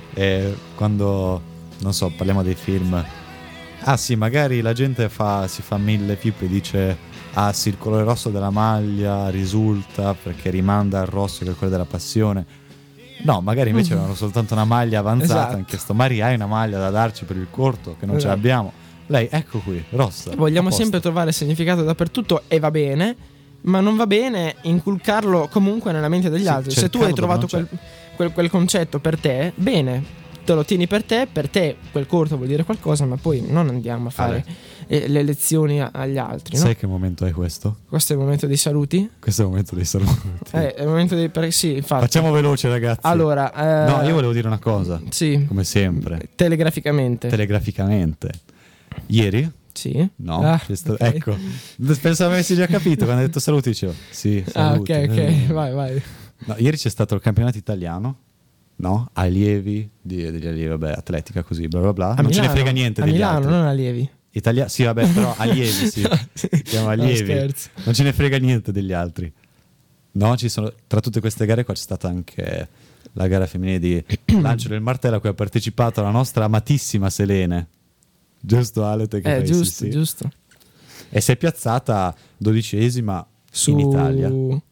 E quando, non so, parliamo dei film, ah sì, magari la gente fa, si fa mille pippe e dice ah sì, il colore rosso della maglia risulta perché rimanda al rosso che è quello della passione. No, magari invece avevano soltanto una maglia avanzata. Esatto. Hanno chiesto: Mari, hai una maglia da darci per il corto? Che non ce Esatto. l'abbiamo. Lei, ecco qui, rossa. Vogliamo a posto. sempre trovare significato dappertutto, e va bene, ma non va bene inculcarlo comunque nella mente degli Sì, altri. Se tu cercarlo hai trovato dove quel, non quel- quel concetto per te, bene, te lo tieni per te, per te quel corto vuol dire qualcosa, ma poi non andiamo a fare eh, le lezioni a- agli altri, no? Sai che momento è questo? Questo è il momento dei saluti? Questo è il momento dei saluti. Eh, è il momento dei... per- sì, infatti. Facciamo veloce, ragazzi. Allora, eh, No, io volevo dire una cosa, sì, come sempre, telegraficamente. telegraficamente. Ieri? Sì. No, Ah, c'è sta- ok. ecco, pensavo avessi già capito quando hai detto saluti, dicevo sì, Ah, ok, saluti. ok, vai, vai. No, ieri c'è stato il campionato italiano, no? Allievi, di, degli allievi, vabbè, atletica così, bla bla bla. A non ce ne Milano? frega niente a degli Milano, altri. non allievi. Italia- sì, vabbè, però allievi, sì. Si chiama No, allievi. scherzo. Non ce ne frega niente degli altri. No, ci sono, tra tutte queste gare qua c'è stata anche la gara femminile di lancio del martello a cui ha partecipato la nostra amatissima Selene. Giusto, Ale? Te che Eh, fai? Sì, giusto, sì. giusto. E si è piazzata dodicesima Su... in Italia.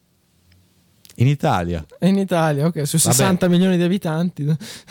In Italia, È in Italia, ok, su sessanta milioni di abitanti.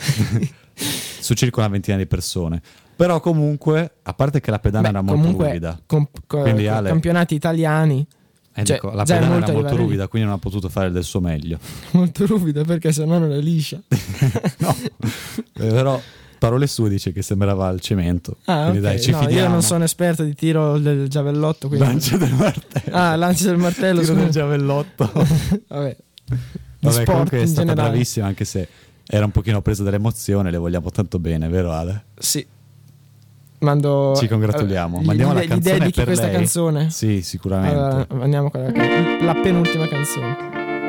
su circa una ventina di persone. Però comunque, a parte che la pedana Beh, era molto comunque, ruvida. com- co- Quindi, co- Ale- campionati italiani Eh, cioè, dico, la già è pedana molto era molto arrivare lì. ruvida, quindi non ha potuto fare del suo meglio. molto ruvida, perché sennò non è liscia. No, eh, però parole sue dice che sembrava il cemento. Ah, Quindi ok. dai, ci No, io fidiamo. non sono esperto di tiro del giavellotto, quindi... Lancio del martello. Ah, lancio del martello. Tiro su- del giavellotto. Vabbè. Di Vabbè, sport comunque è in stata generale. bravissima, anche se era un pochino presa dall'emozione. Le vogliamo tanto bene, vero Ale? Sì. Mando... Ci congratuliamo. eh, gli- Mandiamo gli, la gli canzone dedichi per questa lei? canzone? Sì, sicuramente. Allora, andiamo con la, la penultima canzone.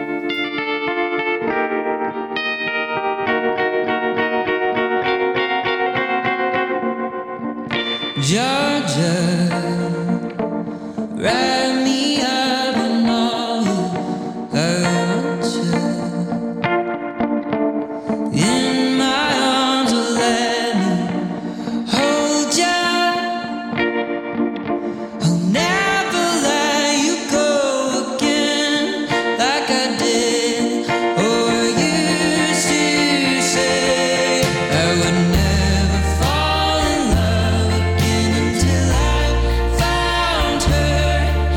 Georgia, write me up and all I want you in my arms, or let me hold you. I'll never let you go again like I did or used to say. I would never fall in love again until I found her.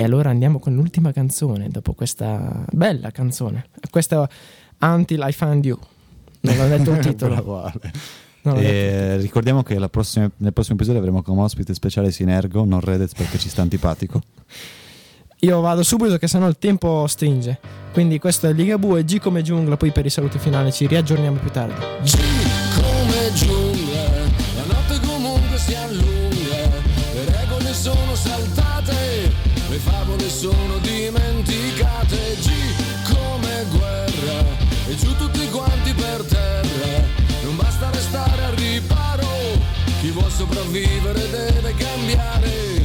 allora andiamo con l'ultima canzone dopo questa bella canzone. Questa Until I Find You. Non ho detto il titolo. Bravo Ale. Non l'ho detto. E ricordiamo che la prossima, nel prossimo episodio avremo come ospite speciale Sinergo, non Redez perché ci sta antipatico. Io vado subito che sennò il tempo stringe. Quindi questo è Ligabue, G come giungla, poi per i saluti finali ci riaggiorniamo più tardi. G come giungla, la notte comunque si allunga, le regole sono saltate, le favole sono dimenticate. G come guerra, e giù tutti quanti per terra, non basta restare al riparo, chi vuol sopravvivere deve cambiare.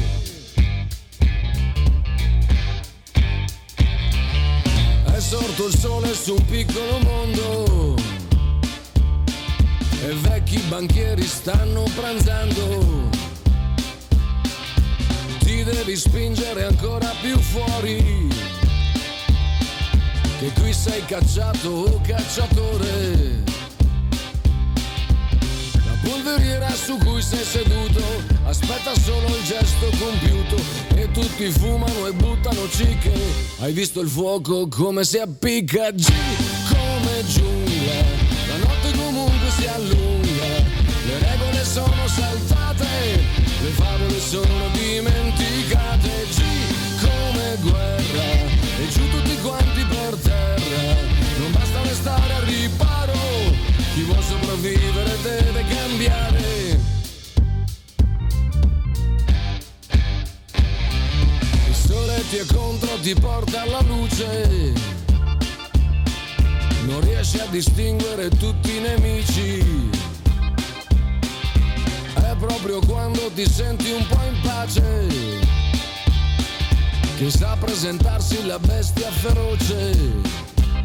È sorto il sole su un piccolo mondo e vecchi banchieri stanno pranzando. Ti devi spingere ancora più fuori, che qui sei cacciato o cacciatore. La polveriera su cui sei seduto aspetta solo il gesto compiuto e tutti fumano e buttano cicche. Hai visto il fuoco come si appicca? G come giungla, la notte comunque si allunga, le regole sono saltate, le favole sono dimenticate. G come guerra, e giù tutti quanti per terra, non basta restare al riparo, chi vuol sopravvivere deve cambiare. Il sole ti è contro, ti porta alla luce, non riesci a distinguere tutti i nemici. È proprio quando ti senti un po' in pace che sa presentarsi la bestia feroce.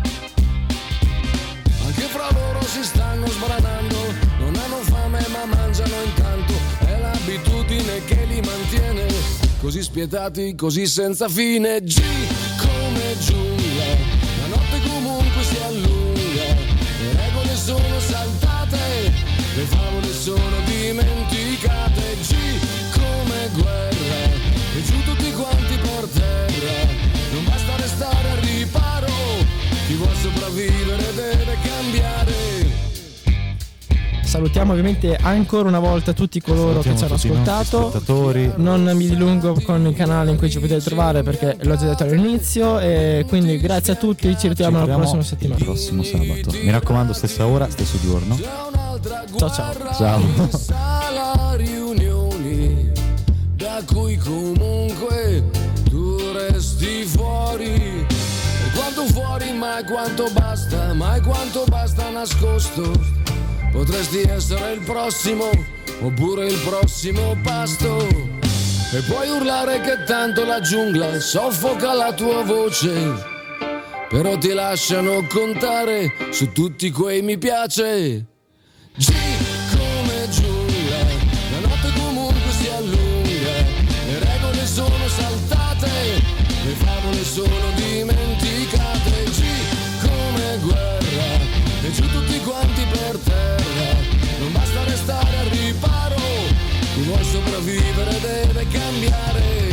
Anche fra loro si stanno sbranando, non hanno fame ma mangiano intanto, è l'abitudine che li mantiene così spietati, così senza fine. G come giungla, la notte comunque si allunga, le regole sono saltate, le favole sono dimenticate. G come guerra, e giù tutti quanti per terra, non basta restare al riparo, chi vuol sopravvivere deve cambiare. Salutiamo ovviamente ancora una volta tutti coloro Salutiamo che ci hanno tutti i nostri ascoltato. spettatori. Non mi dilungo con il canale in cui ci potete trovare perché l'ho già detto all'inizio, e quindi grazie a tutti, ci ritroviamo la prossima settimana. Il prossimo sabato. Mi raccomando, stessa ora, stesso giorno. Ciao ciao. Ciao. La riunioni da cui comunque tu resti fuori. E quanto fuori, mai quanto basta, mai quanto basta nascosto. Potresti essere il prossimo, oppure il prossimo pasto. E puoi urlare che tanto la giungla soffoca la tua voce, però ti lasciano contare su tutti quei mi piace. G come giungla, la notte comunque si allunga, le regole sono saltate, le favole sono dimenticate. G come guerra, e giù tutti quanti per terra, non basta restare al riparo, chi vuol sopravvivere deve cambiare.